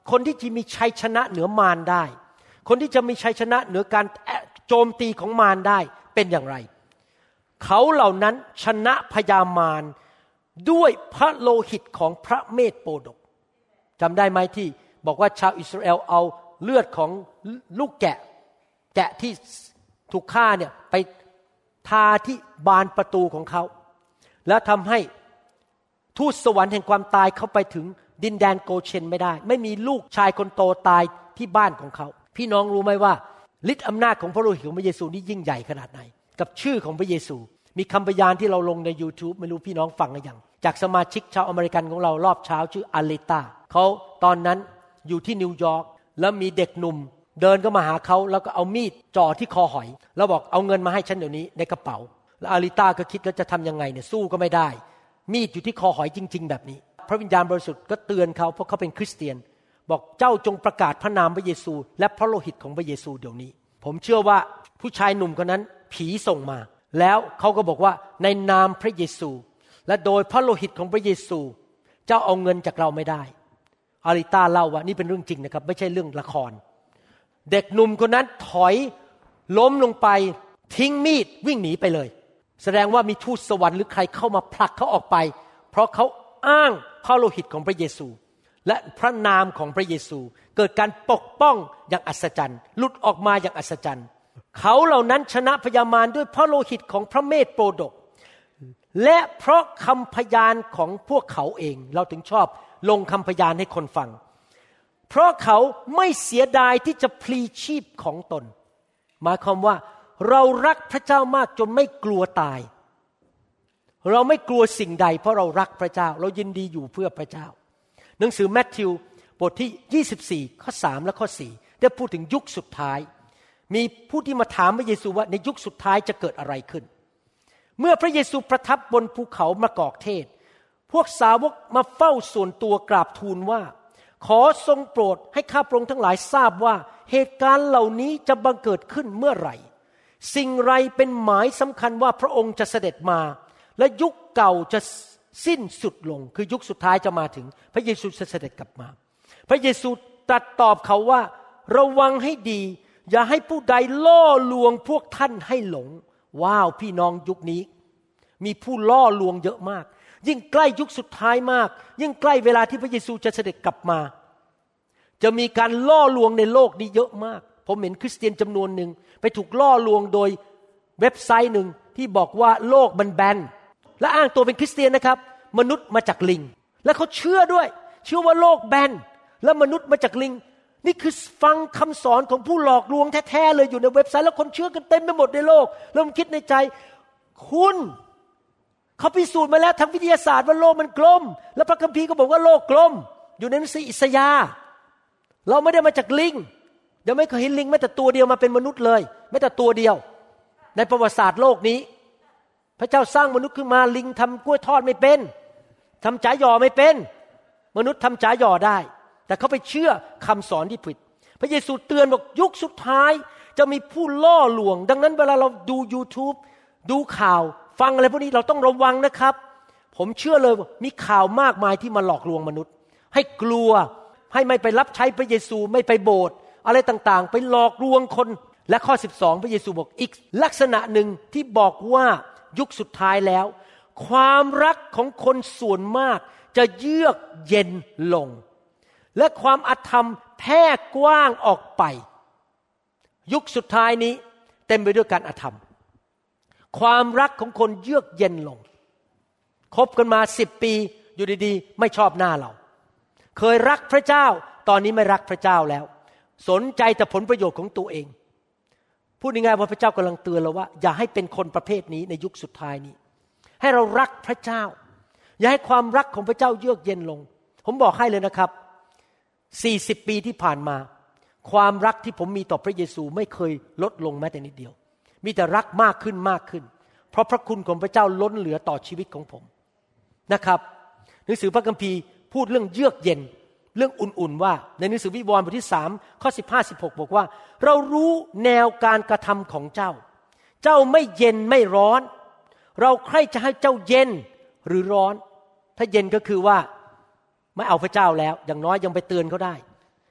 คนที่จะมีชัยชนะเหนือมารได้คนที่จะมีชัยชนะเหนือการโจมตีของมารได้เป็นอย่างไรเขาเหล่านั้นชนะพญามารด้วยพระโลหิตของพระเมธโปดกจำได้ไหมที่บอกว่าชาวอิสราเอลเอาเลือดของลูกแกะที่ถูกฆ่าเนี่ยไปทาที่บานประตูของเขาแล้วทำให้ทูตสวรรค์แห่งความตายเข้าไปถึงดินแดนโกเชนไม่ได้ไม่มีลูกชายคนโตตายที่บ้านของเขาพี่น้องรู้ไหมว่าฤทธิ์อำนาจของพระโลหิตของพระเยซูนี่ยิ่งใหญ่ขนาดไหนกับชื่อของพระเยซูมีคำพยานที่เราลงใน YouTube ไม่รู้พี่น้องฟังหรือยังจากสมาชิกชาวอเมริกันของเรารอบเช้าชื่ออาเลตาเขาตอนนั้นอยู่ที่นิวยอร์กแล้วมีเด็กหนุ่มเดินเข้ามาหาเขาแล้วก็เอามีดจ่อที่คอหอยแล้วบอกเอาเงินมาให้ฉันเดี๋ยวนี้ในกระเป๋าแล้วอาเลตาก็คิดแล้วจะทำยังไงเนี่ยสู้ก็ไม่ได้มีดอยู่ที่คอหอยจริงๆแบบนี้พระวิญญาณบริสุทธิ์ก็เตือนเขาเพราะเขาเป็นคริสเตียนบอกเจ้าจงประกาศพระนามพระเยซูและพระโลหิตของพระเยซูเดี๋ยวนี้ผมเชื่อว่าผู้ชายหนุ่มคนนั้นผีส่งมาแล้วเขาก็บอกว่าในนามพระเยซูและโดยพระโลหิตของพระเยซูเจ้าเอาเงินจากเราไม่ได้อาริต้าเล่าว่านี่เป็นเรื่องจริงนะครับไม่ใช่เรื่องละครเด็กหนุ่มคนนั้นถอยล้มลงไปทิ้งมีดวิ่งหนีไปเลยแสดงว่ามีทูตสวรรค์หรือใครเข้ามาผลักเขาออกไปเพราะเขาอ้างพระโลหิตของพระเยซูและพระนามของพระเยซูเกิดการปกป้องอย่างอัศจรรย์หลุดออกมาอย่างอัศจรรย์เขาเหล่านั้นชนะพญามารด้วยพระโลหิตของพระเมธโปดกและเพราะคำพยานของพวกเขาเองเราถึงชอบลงคำพยานให้คนฟังเพราะเขาไม่เสียดายที่จะพลีชีพของตนหมายความว่าเรารักพระเจ้ามากจนไม่กลัวตายเราไม่กลัวสิ่งใดเพราะเรารักพระเจ้าเรายินดีอยู่เพื่อพระเจ้าหนังสือมัทธิวบทที่24ข้อ3และข้อ4ได้พูดถึงยุคสุดท้ายมีผู้ที่มาถามพระเยซูว่าในยุคสุดท้ายจะเกิดอะไรขึ้นเมื่อพระเยซูประทับบนภูเขามะกอกเทศพวกสาวกมาเฝ้าส่วนตัวกราบทูลว่าขอทรงโปรดให้ข้าพระองค์ทั้งหลายทราบว่าเหตุการณ์เหล่านี้จะบังเกิดขึ้นเมื่อไหร่สิ่งไรเป็นหมายสำคัญว่าพระองค์จะเสด็จมาและยุคเก่าจะสิ้นสุดลงคือยุคสุดท้ายจะมาถึงพระเยซูจะเสด็จกลับมาพระเยซูตรัสตอบเขาว่าระวังให้ดีอย่าให้ผู้ใดล่อลวงพวกท่านให้หลงว้าวพี่น้องยุคนี้มีผู้ล่อลวงเยอะมากยิ่งใกล้ยุคสุดท้ายมากยิ่งใกล้เวลาที่พระเยซูจะเสด็จกลับมาจะมีการล่อลวงในโลกนี้เยอะมากผมเห็นคริสเตียนจำนวนหนึ่งไปถูกล่อลวงโดยเว็บไซต์หนึ่งที่บอกว่าโลกมันแบนและอ้างตัวเป็นคริสเตียนนะครับมนุษย์มาจากลิงและเขาเชื่อด้วยเชื่อว่าโลกแบนและมนุษย์มาจากลิงนี่คือฟังคำสอนของผู้หลอกลวงแท้ๆเลยอยู่ในเว็บไซต์แล้วคนเชื่อกันเต็มไปหมดในโลกแล้วผมคิดในใจคุณเขาพิสูจน์มาแล้วทางวิทยาศาสตร์ว่าโลกมันกลมและพระคัมภีร์ก็บอกว่าโลกกลมอยู่ในหนังสืออิสยาห์เราไม่ได้มาจากลิงยังไม่เคยเห็นลิงแม้แต่ตัวเดียวมาเป็นมนุษย์เลยแม้แต่ตัวเดียวในประวัติศาสตร์โลกนี้พระเจ้าสร้างมนุษย์ขึ้นมาลิงทำกล้วยทอดไม่เป็นทำจ๋าหย่อไม่เป็นมนุษย์ทำจ๋าหย่อได้แต่เขาไปเชื่อคำสอนที่ผิดพระเยซูเตือนบอกยุคสุดท้ายจะมีผู้ล่อลวงดังนั้นเวลาเราดู YouTube ดูข่าวฟังอะไรพวกนี้เราต้องระวังนะครับผมเชื่อเลยมีข่าวมากมายที่มาหลอกลวงมนุษย์ให้กลัวให้ไม่ไปรับใช้พระเยซูไม่ไปโบสถ์อะไรต่างๆไปหลอกลวงคนและข้อ12พระเยซูบอกอีกลักษณะหนึ่งที่บอกว่ายุคสุดท้ายแล้วความรักของคนส่วนมากจะเยือกเย็นลงและความอธรรมแพร่กว้างออกไปยุคสุดท้ายนี้เต็มไปด้วยการอธรรมความรักของคนเยือกเย็นลงคบกันมา10 ปีอยู่ดีๆไม่ชอบหน้าเราเคยรักพระเจ้าตอนนี้ไม่รักพระเจ้าแล้วสนใจแต่ผลประโยชน์ของตัวเองพูดง่ายๆว่าพระเจ้ากำลังเตือนเราว่าอย่าให้เป็นคนประเภทนี้ในยุคสุดท้ายนี้ให้เรารักพระเจ้าอย่าให้ความรักของพระเจ้าเยือกเย็นลงผมบอกให้เลยนะครับ40 ปีที่ผ่านมาความรักที่ผมมีต่อพระเยซูไม่เคยลดลงแม้แต่นิดเดียวมีแต่รักมากขึ้นมากขึ้นเพราะพระคุณของพระเจ้าล้นเหลือต่อชีวิตของผมนะครับหนังสือพระคัมภีร์พูดเรื่องเยือกเย็นเรื่องอุ่นๆว่าในหนังสือวิวรณ์บทที่3ข้อ15-16บอกว่าเรารู้แนวการกระทำของเจ้าเจ้าไม่เย็นไม่ร้อนเราใคร่จะให้เจ้าเย็นหรือร้อนถ้าเย็นก็คือว่าไม่เอาพระเจ้าแล้วอย่างน้อยยังไปเตือนเขาได้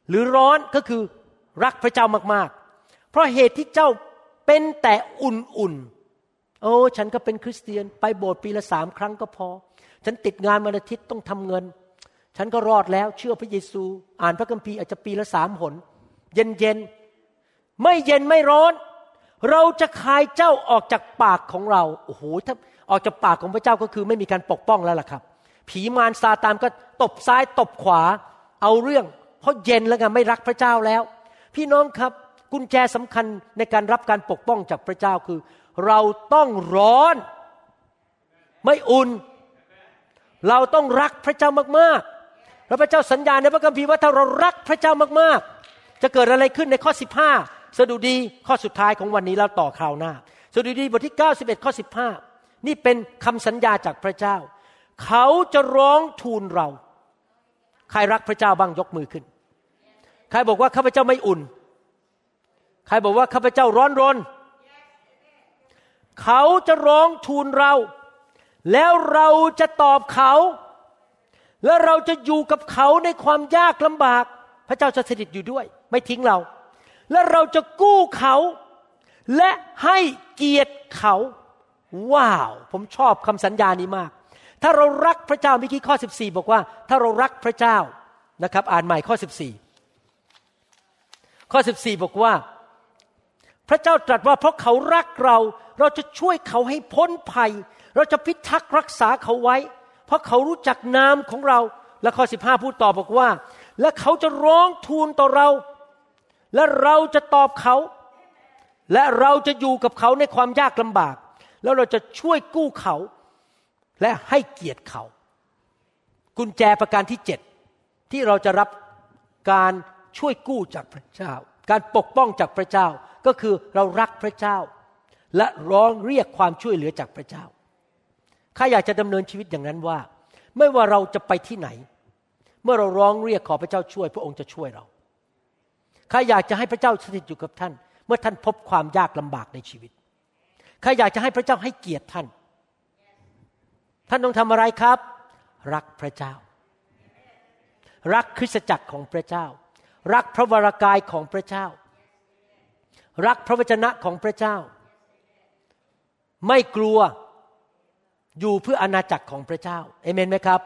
หรือร้อนก็คือรักพระเจ้ามากๆเพราะเหตุที่เจ้าเป็นแต่อุ่นๆโอ้ฉันก็เป็นคริสเตียนไปโบสถ์ปีละ3 ครั้งก็พอฉันติดงานวันอาทิตย์ต้องทำเงินฉันก็รอดแล้วเชื่อพระเยซูอ่านพระคัมภีร์อาจจะปีละ3 หนเย็นไม่เย็นไม่ร้อนเราจะคายเจ้าออกจากปากของเราโอ้โหถ้าออกจากปากของพระเจ้าก็คือไม่มีการปกป้องแล้วล่ะครับผีมารซาตานก็ตบซ้ายตบขวาเอาเรื่องเพราะเย็นแล้วไงไม่รักพระเจ้าแล้วพี่น้องครับกุญแจสำคัญในการรับการปกป้องจากพระเจ้าคือเราต้องร้อนไม่อุ่นเราต้องรักพระเจ้ามากๆแล้วพระเจ้าสัญญาในพระคัมภีร์ว่าถ้าเรารักพระเจ้ามากๆจะเกิดอะไรขึ้นในข้อ15สดุดีข้อสุดท้ายของวันนี้เราต่อคราวหน้าสดุดีบทที่91ข้อ15นี่เป็นคำสัญญาจากพระเจ้าเขาจะร้องทูลเราใครรักพระเจ้าบ้างยกมือขึ้นใครบอกว่าข้าพเจ้าไม่อุ่นใครบอกว่าข้าพเจ้าร้อนรนเขาจะร้องทูลเราแล้วเราจะตอบเขาและเราจะอยู่กับเขาในความยากลำบากพระเจ้าจะสถิตอยู่ด้วยไม่ทิ้งเราและเราจะกู้เขาและให้เกียรติเขาว้าวผมชอบคำสัญญานี้มากถ้าเรารักพระเจ้าเมื่อกี้ข้อ14บอกว่าถ้าเรารักพระเจ้านะครับอ่านใหม่ข้อ14ข้อ14บอกว่าพระเจ้าตรัสว่าเพราะเขารักเราเราจะช่วยเขาให้พ้นภัยเราจะพิทักษ์รักษาเขาไว้เพราะเขารู้จักนามของเราและข้อ15พูดต่อบอกว่าและเขาจะร้องทูลต่อเราและเราจะตอบเขาและเราจะอยู่กับเขาในความยากลำบากแล้วเราจะช่วยกู้เขาและให้เกียรติเขากุญแจประการที่7ที่เราจะรับการช่วยกู้จากพระเจ้าการปกป้องจากพระเจ้าก็คือเรารักพระเจ้าและร้องเรียกความช่วยเหลือจากพระเจ้าข้าอยากจะดำเนินชีวิตอย่างนั้นว่าไม่ว่าเราจะไปที่ไหนเมื่อเราร้องเรียกขอพระเจ้าช่วยพระองค์จะช่วยเราข้าอยากจะให้พระเจ้าสถิตอยู่กับท่านเมื่อท่านพบความยากลำบากในชีวิตข้าอยากจะให้พระเจ้าให้เกียรติท่านต้องทำอะไรครับรักพระเจ้ารักคริสตจักรของพระเจ้ารักพระวรากายของพระเจ้ารักพระวจนะของพระเจ้าไม่กลัวอยู่เพื่ออาณาจักรของพระเจ้าเอเมนไหมครับ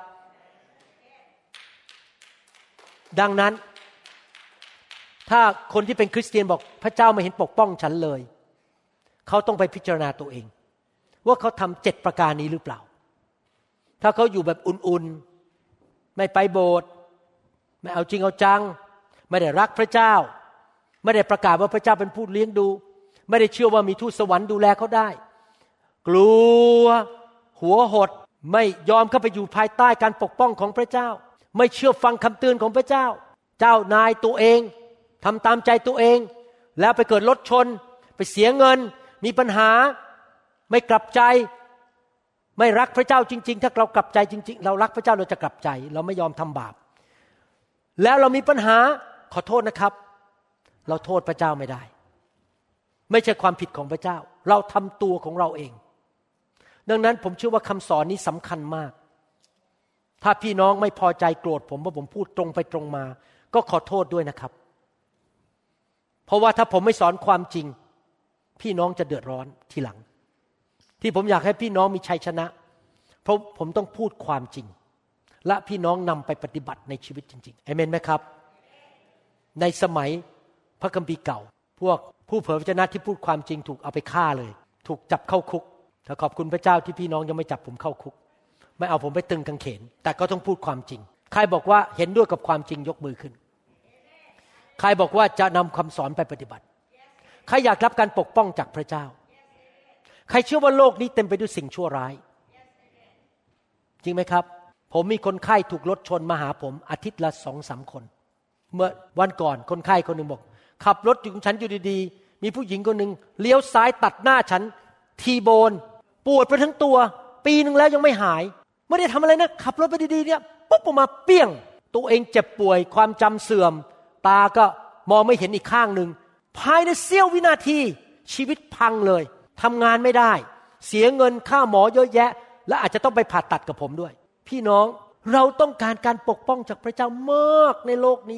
ดังนั้นถ้าคนที่เป็นคริสเตียนบอกพระเจ้าไม่เห็นปกป้องฉันเลยเขาต้องไปพิจารณาตัวเองว่าเขาทำ7ประการนี้หรือเปล่าถ้าเขาอยู่แบบอุ่นๆไม่ไปโบสถ์ไม่เอาจริงเอาจังไม่ได้รักพระเจ้าไม่ได้ประกาศว่าพระเจ้าเป็นผู้เลี้ยงดูไม่ได้เชื่อว่ามีทูตสวรรค์ดูแลเขาได้กลัวหัวหดไม่ยอมเข้าไปอยู่ภายใต้การปกป้องของพระเจ้าไม่เชื่อฟังคำเตือนของพระเจ้าเจ้านายตัวเองทำตามใจตัวเองแล้วไปเกิดรถชนไปเสียเงินมีปัญหาไม่กลับใจไม่รักพระเจ้าจริงๆถ้าเรากลับใจจริงๆเรารักพระเจ้าเราจะกลับใจเราไม่ยอมทำบาปแล้วเรามีปัญหาขอโทษนะครับเราโทษพระเจ้าไม่ได้ไม่ใช่ความผิดของพระเจ้าเราทำตัวของเราเองดังนั้นผมเชื่อว่าคำสอนนี้สำคัญมากถ้าพี่น้องไม่พอใจโกรธผมว่าผมพูดตรงไปตรงมาก็ขอโทษด้วยนะครับเพราะว่าถ้าผมไม่สอนความจริงพี่น้องจะเดือดร้อนทีหลังที่ผมอยากให้พี่น้องมีชัยชนะเพราะผมต้องพูดความจริงและพี่น้องนำไปปฏิบัติในชีวิตจริงๆอาเมนไหมครับในสมัยพระคัมภีร์เก่าพวกผู้เผยพระวจนะที่พูดความจริงถูกเอาไปฆ่าเลยถูกจับเข้าคุกแต่ขอบคุณพระเจ้าที่พี่น้องยังไม่จับผมเข้าคุกไม่เอาผมไปตึงกางเขนแต่ก็ต้องพูดความจริงใครบอกว่าเห็นด้วยกับความจริงยกมือขึ้นใครบอกว่าจะนำคำสอนไปปฏิบัติใครอยากรับการปกป้องจากพระเจ้าใครเชื่อว่าโลกนี้เต็มไปด้วยสิ่งชั่วร้ายจริงไหมครับผมมีคนไข้ถูกรถชนมาหาผมอาทิตย์ละ 2-3 คนเมื่อวันก่อนคนไข้คนนึงบอกขับรถอยู่ของฉันอยู่ดีๆมีผู้หญิงคนนึงเลี้ยวซ้ายตัดหน้าฉันทีโบนปวดไปทั้งตัวปีนึงแล้วยังไม่หายไม่ได้ทำอะไรนะขับรถไปดีๆเนี่ยปุ๊บออกมาเปี้ยงตัวเองเจ็บป่วยความจำเสื่อมตาก็มองไม่เห็นอีกข้างนึงภายในเสี้ยววินาทีชีวิตพังเลยทำงานไม่ได้เสียเงินค่าหมอเยอะแยะและอาจจะต้องไปผ่าตัดกับผมด้วยพี่น้องเราต้องการการปกป้องจากพระเจ้ามากในโลกนี้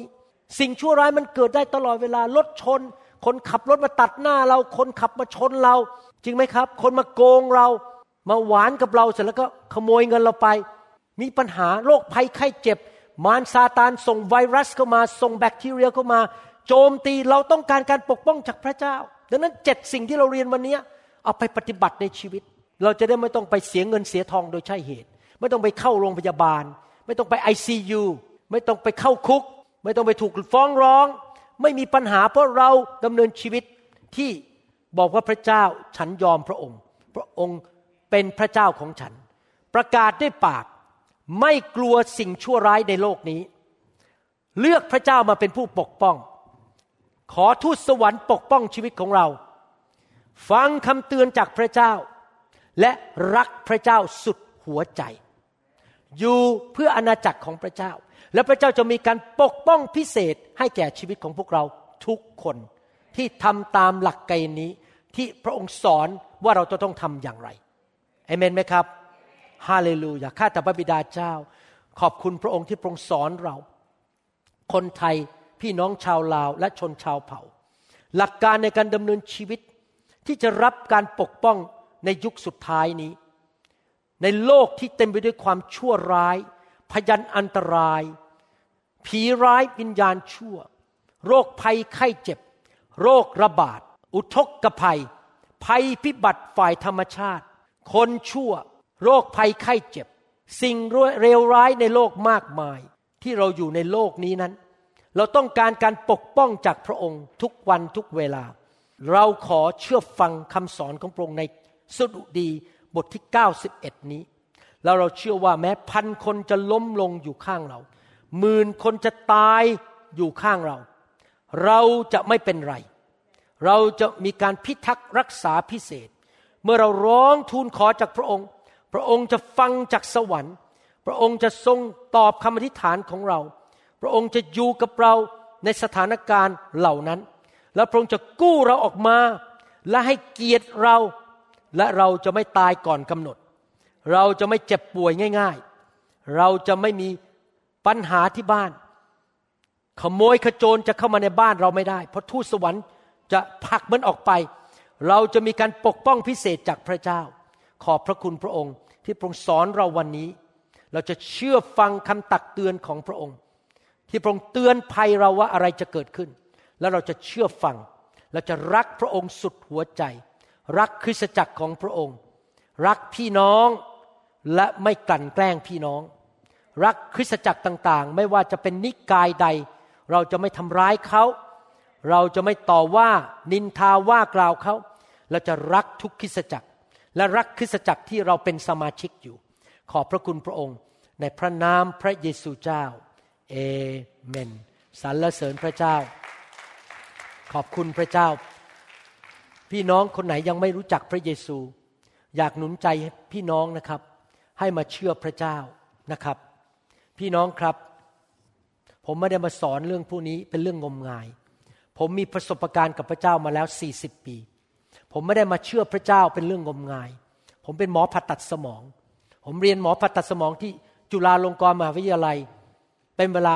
สิ่งชั่วร้ายมันเกิดได้ตลอดเวลารถชนคนขับรถมาตัดหน้าเราคนขับมาชนเราจริงไหมครับคนมาโกงเรามาหวานกับเราเสร็จแล้วก็ขโมยเงินเราไปมีปัญหาโรคภัยไข้เจ็บมารซาตานส่งไวรัสเข้ามาส่งแบคทีเรียเข้ามาโจมตีเราต้องการการปกป้องจากพระเจ้าดังนั้น7สิ่งที่เราเรียนวันนี้เอาไปปฏิบัติในชีวิตเราจะได้ไม่ต้องไปเสียเงินเสียทองโดยใช่เหตุไม่ต้องไปเข้าโรงพยาบาลไม่ต้องไป ICU ไม่ต้องไปเข้าคุกไม่ต้องไปถูกฟ้องร้องไม่มีปัญหาเพราะเราดำเนินชีวิตที่บอกว่าพระเจ้าฉันยอมพระองค์พระองค์เป็นพระเจ้าของฉันประกาศด้วยปากไม่กลัวสิ่งชั่วร้ายในโลกนี้เลือกพระเจ้ามาเป็นผู้ปกป้องขอทูตสวรรค์ปกป้องชีวิตของเราฟังคำเตือนจากพระเจ้าและรักพระเจ้าสุดหัวใจอยู่เพื่ออาณาจักรของพระเจ้าและพระเจ้าจะมีการปกป้องพิเศษให้แก่ชีวิตของพวกเราทุกคนที่ทำตามหลักเกณฑ์นี้ที่พระองค์สอนว่าเราจะต้องทำอย่างไรอาเมนไหมครับฮาเลลูยาข้าแต่พระบิดาเจ้าขอบคุณพระองค์ที่พระองค์สอนเราคนไทยพี่น้องชาวลาวและชนชาวเผ่าหลักการในการดำเนินชีวิตที่จะรับการปกป้องในยุคสุดท้ายนี้ในโลกที่เต็มไปด้วยความชั่วร้ายพยันอันตรายผีร้ายวิญญาณชั่วโรคภัยไข้เจ็บโรคระบาดอุทกภัยภัยพิบัติฝ่ายธรรมชาติคนชั่วโรคภัยไข้เจ็บสิ่งเลวร้ายในโลกมากมายที่เราอยู่ในโลกนี้นั้นเราต้องการการปกป้องจากพระองค์ทุกวันทุกเวลาเราขอเชื่อฟังคำสอนของพระองค์ในสดุดีบทที่91นี้แล้วเราเชื่อว่าแม้พันคนจะล้มลงอยู่ข้างเราหมื่นคนจะตายอยู่ข้างเราเราจะไม่เป็นไรเราจะมีการพิทักษ์รักษาพิเศษเมื่อเราร้องทูลขอจากพระองค์พระองค์จะฟังจากสวรรค์พระองค์จะทรงตอบคำอธิษฐานของเราพระองค์จะอยู่กับเราในสถานการณ์เหล่านั้นและพระองค์จะกู้เราออกมาและให้เกียรติเราและเราจะไม่ตายก่อนกำหนดเราจะไม่เจ็บป่วยง่ายๆเราจะไม่มีปัญหาที่บ้านขโมยขโจรจะเข้ามาในบ้านเราไม่ได้เพราะทูตสวรรค์จะผลักมันออกไปเราจะมีการปกป้องพิเศษจากพระเจ้าขอบพระคุณพระองค์ที่พระองค์สอนเราวันนี้เราจะเชื่อฟังคำตักเตือนของพระองค์ที่พระองค์เตือนภัยเราว่าอะไรจะเกิดขึ้นแล้วเราจะเชื่อฟังเราจะรักพระองค์สุดหัวใจรักคริสตจักรของพระองค์รักพี่น้องและไม่กลั่นแกล้งพี่น้องรักคริสตจักรต่างๆไม่ว่าจะเป็นนิกายใดเราจะไม่ทำร้ายเขาเราจะไม่ต่อว่านินทาว่ากล่าวเขาเราจะรักทุกคริสตจักรและรักคริสตจักรที่เราเป็นสมาชิกอยู่ขอบพระคุณพระองค์ในพระนามพระเยซูเจ้าเอเมนสรรเสริญพระเจ้าขอบคุณพระเจ้าพี่น้องคนไหนยังไม่รู้จักพระเยซูอยากหนุนใจพี่น้องนะครับให้มาเชื่อพระเจ้านะครับพี่น้องครับผมไม่ได้มาสอนเรื่องพวกนี้เป็นเรื่องงมงายผมมีประสบการณ์กับพระเจ้ามาแล้ว40ปีผมไม่ได้มาเชื่อพระเจ้าเป็นเรื่องงมงายผมเป็นหมอผ่าตัดสมองผมเรียนหมอผ่าตัดสมองที่จุฬาลงกรณ์มหาวิทยาลัยเป็นเวลา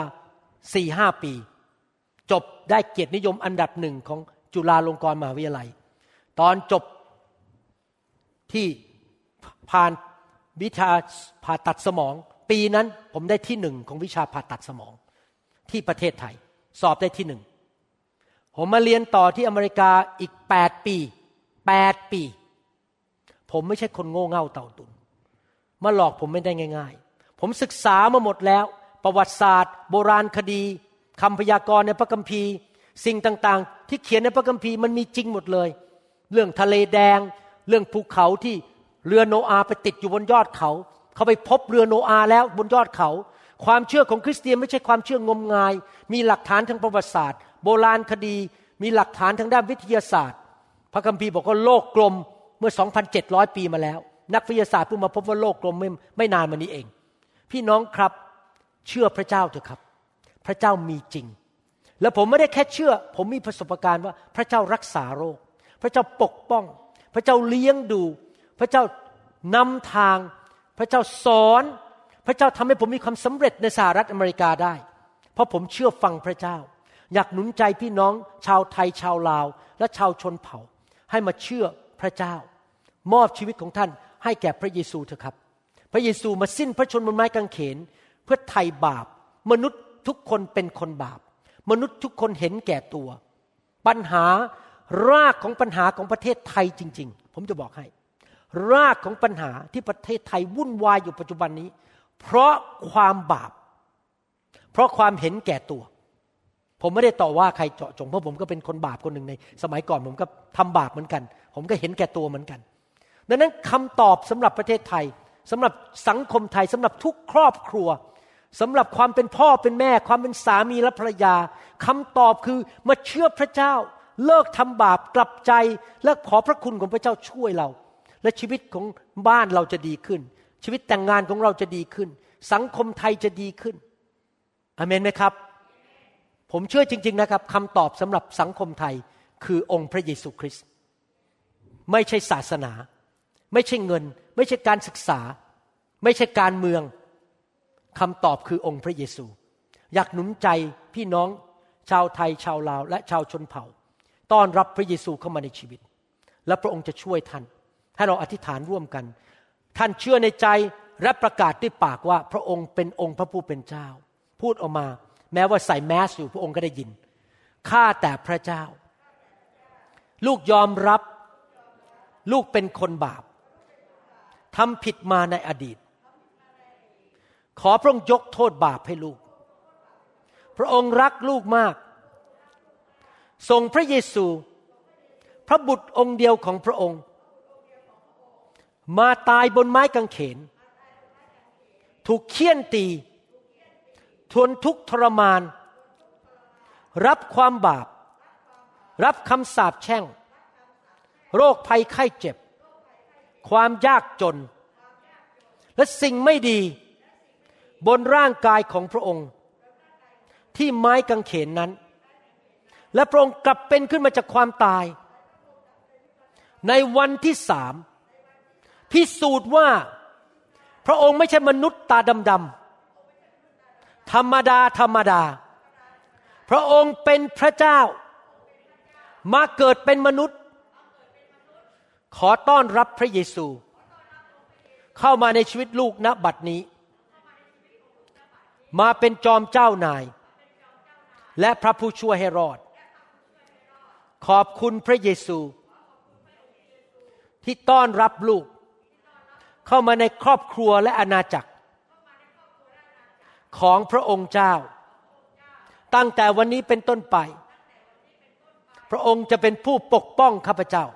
4-5 ปีจบได้เกียรตินิยมอันดับ1ของจุฬาลงกรณ์มหาวิทยาลัยตอนจบที่ผ่านวิชาผ่าตัดสมองปีนั้นผมได้ที่1ของวิชาผ่าตัดสมองที่ประเทศไทยสอบได้ที่1ผมมาเรียนต่อที่อเมริกาอีก8ปีผมไม่ใช่คนโง่เง่าเต่าตุนมาหลอกผมไม่ได้ง่ายๆผมศึกษามาหมดแล้วประวัติศาสตร์โบราณคดีคำพยากรณ์ในพระคัมภีร์สิ่งต่างๆที่เขียนในพระคัมภีร์มันมีจริงหมดเลยเรื่องทะเลแดงเรื่องภูเขาที่เรือโนอาห์ไปติดอยู่บนยอดเขาไปพบเรือโนอาห์แล้วบนยอดเขาความเชื่อของคริสเตียนไม่ใช่ความเชื่องมงายมีหลักฐานทางประวัติศาสตร์โบราณคดีมีหลักฐานทางด้านวิทยาศาสตร์พระคัมภีร์บอกว่าโลกกลมเมื่อ 2,700 ปีมาแล้วนักวิทยาศาสตร์เพิ่งมาพบว่าโลกกลมไม่นานมานี้เองพี่น้องครับเชื่อพระเจ้าเถอะครับพระเจ้ามีจริงและผมไม่ได้แค่เชื่อผมมีประสบการณ์ว่าพระเจ้ารักษาโรคพระเจ้าปกป้องพระเจ้าเลี้ยงดูพระเจ้านำทางพระเจ้าสอนพระเจ้าทำให้ผมมีความสำเร็จในสหรัฐอเมริกาได้เพราะผมเชื่อฟังพระเจ้าอยากหนุนใจพี่น้องชาวไทยชาวลาวและชาวชนเผ่าให้มาเชื่อพระเจ้ามอบชีวิตของท่านให้แก่พระเยซูเถอะครับพระเยซูมาสิ้นพระชนม์บนไม้กางเขนเพื่อไถ่บาปมนุษย์ทุกคนเป็นคนบาปมนุษย์ทุกคนเห็นแก่ตัวปัญหารากของปัญหาของประเทศไทยจริงๆผมจะบอกให้รากของปัญหาที่ประเทศไทยวุ่นวายอยู่ปัจจุบันนี้เพราะความบาปเพราะความเห็นแก่ตัวผมไม่ได้ต่อว่าใครเจาะจงเพราะผมก็เป็นคนบาปคนหนึ่งในสมัยก่อนผมก็ทำบาปเหมือนกันผมก็เห็นแก่ตัวเหมือนกันดังนั้นคำตอบสำหรับประเทศไทยสำหรับสังคมไทยสำหรับทุกครอบครัวสำหรับความเป็นพ่อเป็นแม่ความเป็นสามีและภรรยาคำตอบคือมาเชื่อพระเจ้าเลิกทำบาปกลับใจและขอพระคุณของพระเจ้าช่วยเราและชีวิตของบ้านเราจะดีขึ้นชีวิตแต่งงานของเราจะดีขึ้นสังคมไทยจะดีขึ้นอาเมนไหมครับผมเชื่อจริงๆนะครับคำตอบสำหรับสังคมไทยคือองค์พระเยซูคริสต์ไม่ใช่ศาสนาไม่ใช่เงินไม่ใช่การศึกษาไม่ใช่การเมืองคำตอบคือองค์พระเยซูอยากหนุนใจพี่น้องชาวไทยชาวลาวและชาวชนเผ่าต้อนรับพระเยซูเข้ามาในชีวิตและพระองค์จะช่วยท่านให้เราอธิษฐานร่วมกันท่านเชื่อในใจและประกาศด้วยปากว่าพระองค์เป็นองค์พระผู้เป็นเจ้าพูดออกมาแม้ว่าใส่แมสอยู่พระองค์ก็ได้ยินข้าแต่พระเจ้าลูกยอมรับลูกเป็นคนบาปทำผิดมาในอดีตขอพระองค์ยกโทษบาปให้ลูกพระองค์รักลูกมากส่งพระเยซูพระบุตรองค์เดียวของพระองค์มาตายบนไม้กางเขนถูกเฆี่ยนตีทนทุกข์ทรมานรับความบาปรับคำสาปแช่งโรคภัยไข้เจ็บความยากจนและสิ่งไม่ดีบนร่างกายของพระองค์ที่ไม้กางเขนนั้นและพระองค์กลับเป็นขึ้นมาจากความตายในวันที่3พิสูจน์ว่าพระองค์ไม่ใช่มนุษย์ตาดำๆธรรมดาพระองค์เป็นพระเจ้ามาเกิดเป็นมนุษย์ขอต้อนรับพระเยซูเข้ามาในชีวิตลูกณบัดนี้มาเป็นจอมเจ้านายและพระผู้ช่วยให้รอดขอบคุณพระเยซูที่ต้อนรับลูกเข้ามาในครอบครัวและอาณาจักรของพระองค์เจ้าตั้งแต่วันนี้เป็นต้นไปพระองค์จะเป็นผู้ปกป้องข้าพเจ้า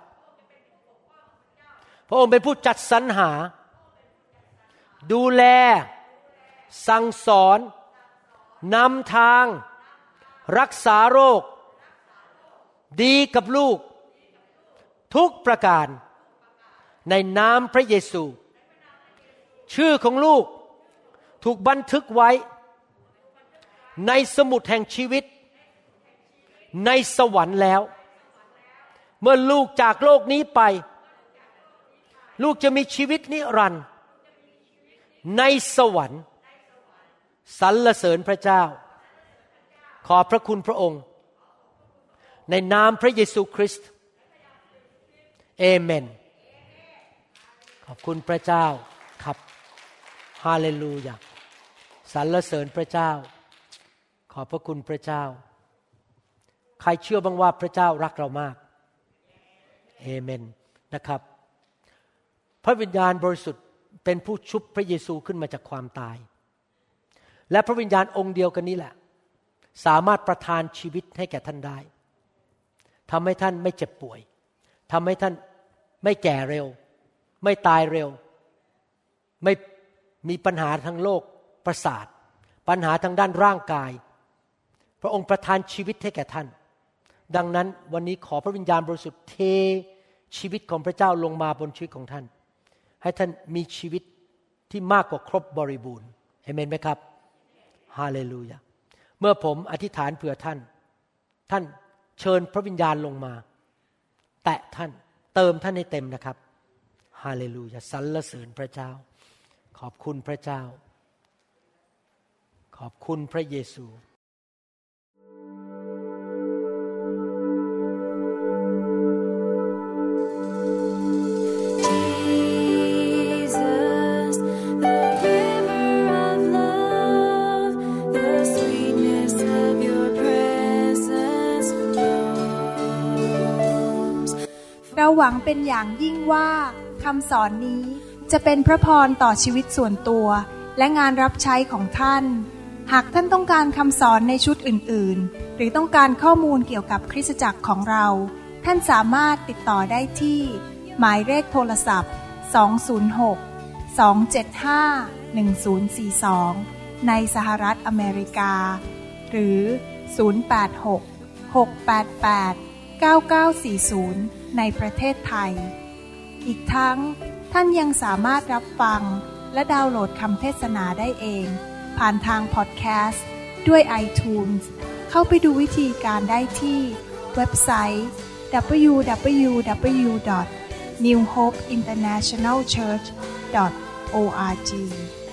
พระองค์เป็นผู้จัดสรรหาดูแลสั่งสอนนำทางรักษาโรคดีกับลูกทุกประการในนามพระเยซูชื่อของลูกถูกบันทึกไว้ในสมุดแห่งชีวิตในสวรรค์แล้วเมื่อลูกจากโลกนี้ไปลูกจะมีชีวิตนิรันดร์ในสวรรค์สรรเสริญพระเจ้าขอบพระคุณพระองค์ในนามพระเยซูคริสต์เอเมนขอบคุณพระเจ้าครับฮาเลลูยาสรรเสริญพระเจ้าขอบพระคุณพระเจ้าใครเชื่อบ้างว่าพระเจ้ารักเรามากเอเมนนะครับพระวิญญาณบริสุทธิ์เป็นผู้ชุบพระเยซูขึ้นมาจากความตายและพระวิญญาณองค์เดียวกันนี้แหละสามารถประทานชีวิตให้แก่ท่านได้ทำให้ท่านไม่เจ็บป่วยทำให้ท่านไม่แก่เร็วไม่ตายเร็วไม่มีปัญหาทางโรคประสาทปัญหาทางด้านร่างกายพระองค์ประทานชีวิตให้แก่ท่านดังนั้นวันนี้ขอพระวิญญาณบริสุทธิ์เทชีวิตของพระเจ้าลงมาบนชีวิตของท่านให้ท่านมีชีวิตที่มากกว่าครบบริบูรณ์เอเมนไหมครับฮาเลลูยาเมื่อผมอธิษฐานเผื่อท่านท่านเชิญพระวิญญาณลงมาแตะท่านเติมท่านให้เต็มนะครับฮาเลลูยาสรรเสริญพระเจ้าขอบคุณพระเจ้าขอบคุณพระเยซูเราหวังเป็นอย่างยิ่งว่าคำสอนนี้จะเป็นพระพรต่อชีวิตส่วนตัวและงานรับใช้ของท่านหากท่านต้องการคำสอนในชุดอื่นๆหรือต้องการข้อมูลเกี่ยวกับคริสตจักรของเราท่านสามารถติดต่อได้ที่หมายเลขโทรศัพท์206-275-1042ในสหรัฐอเมริกาหรือ086-688-9940ในประเทศไทยอีกทั้งท่านยังสามารถรับฟังและดาวน์โหลดคำเทศนาได้เองผ่านทางพอดแคสต์ด้วย iTunes เข้าไปดูวิธีการได้ที่เว็บไซต์ www.newhopeinternationalchurch.org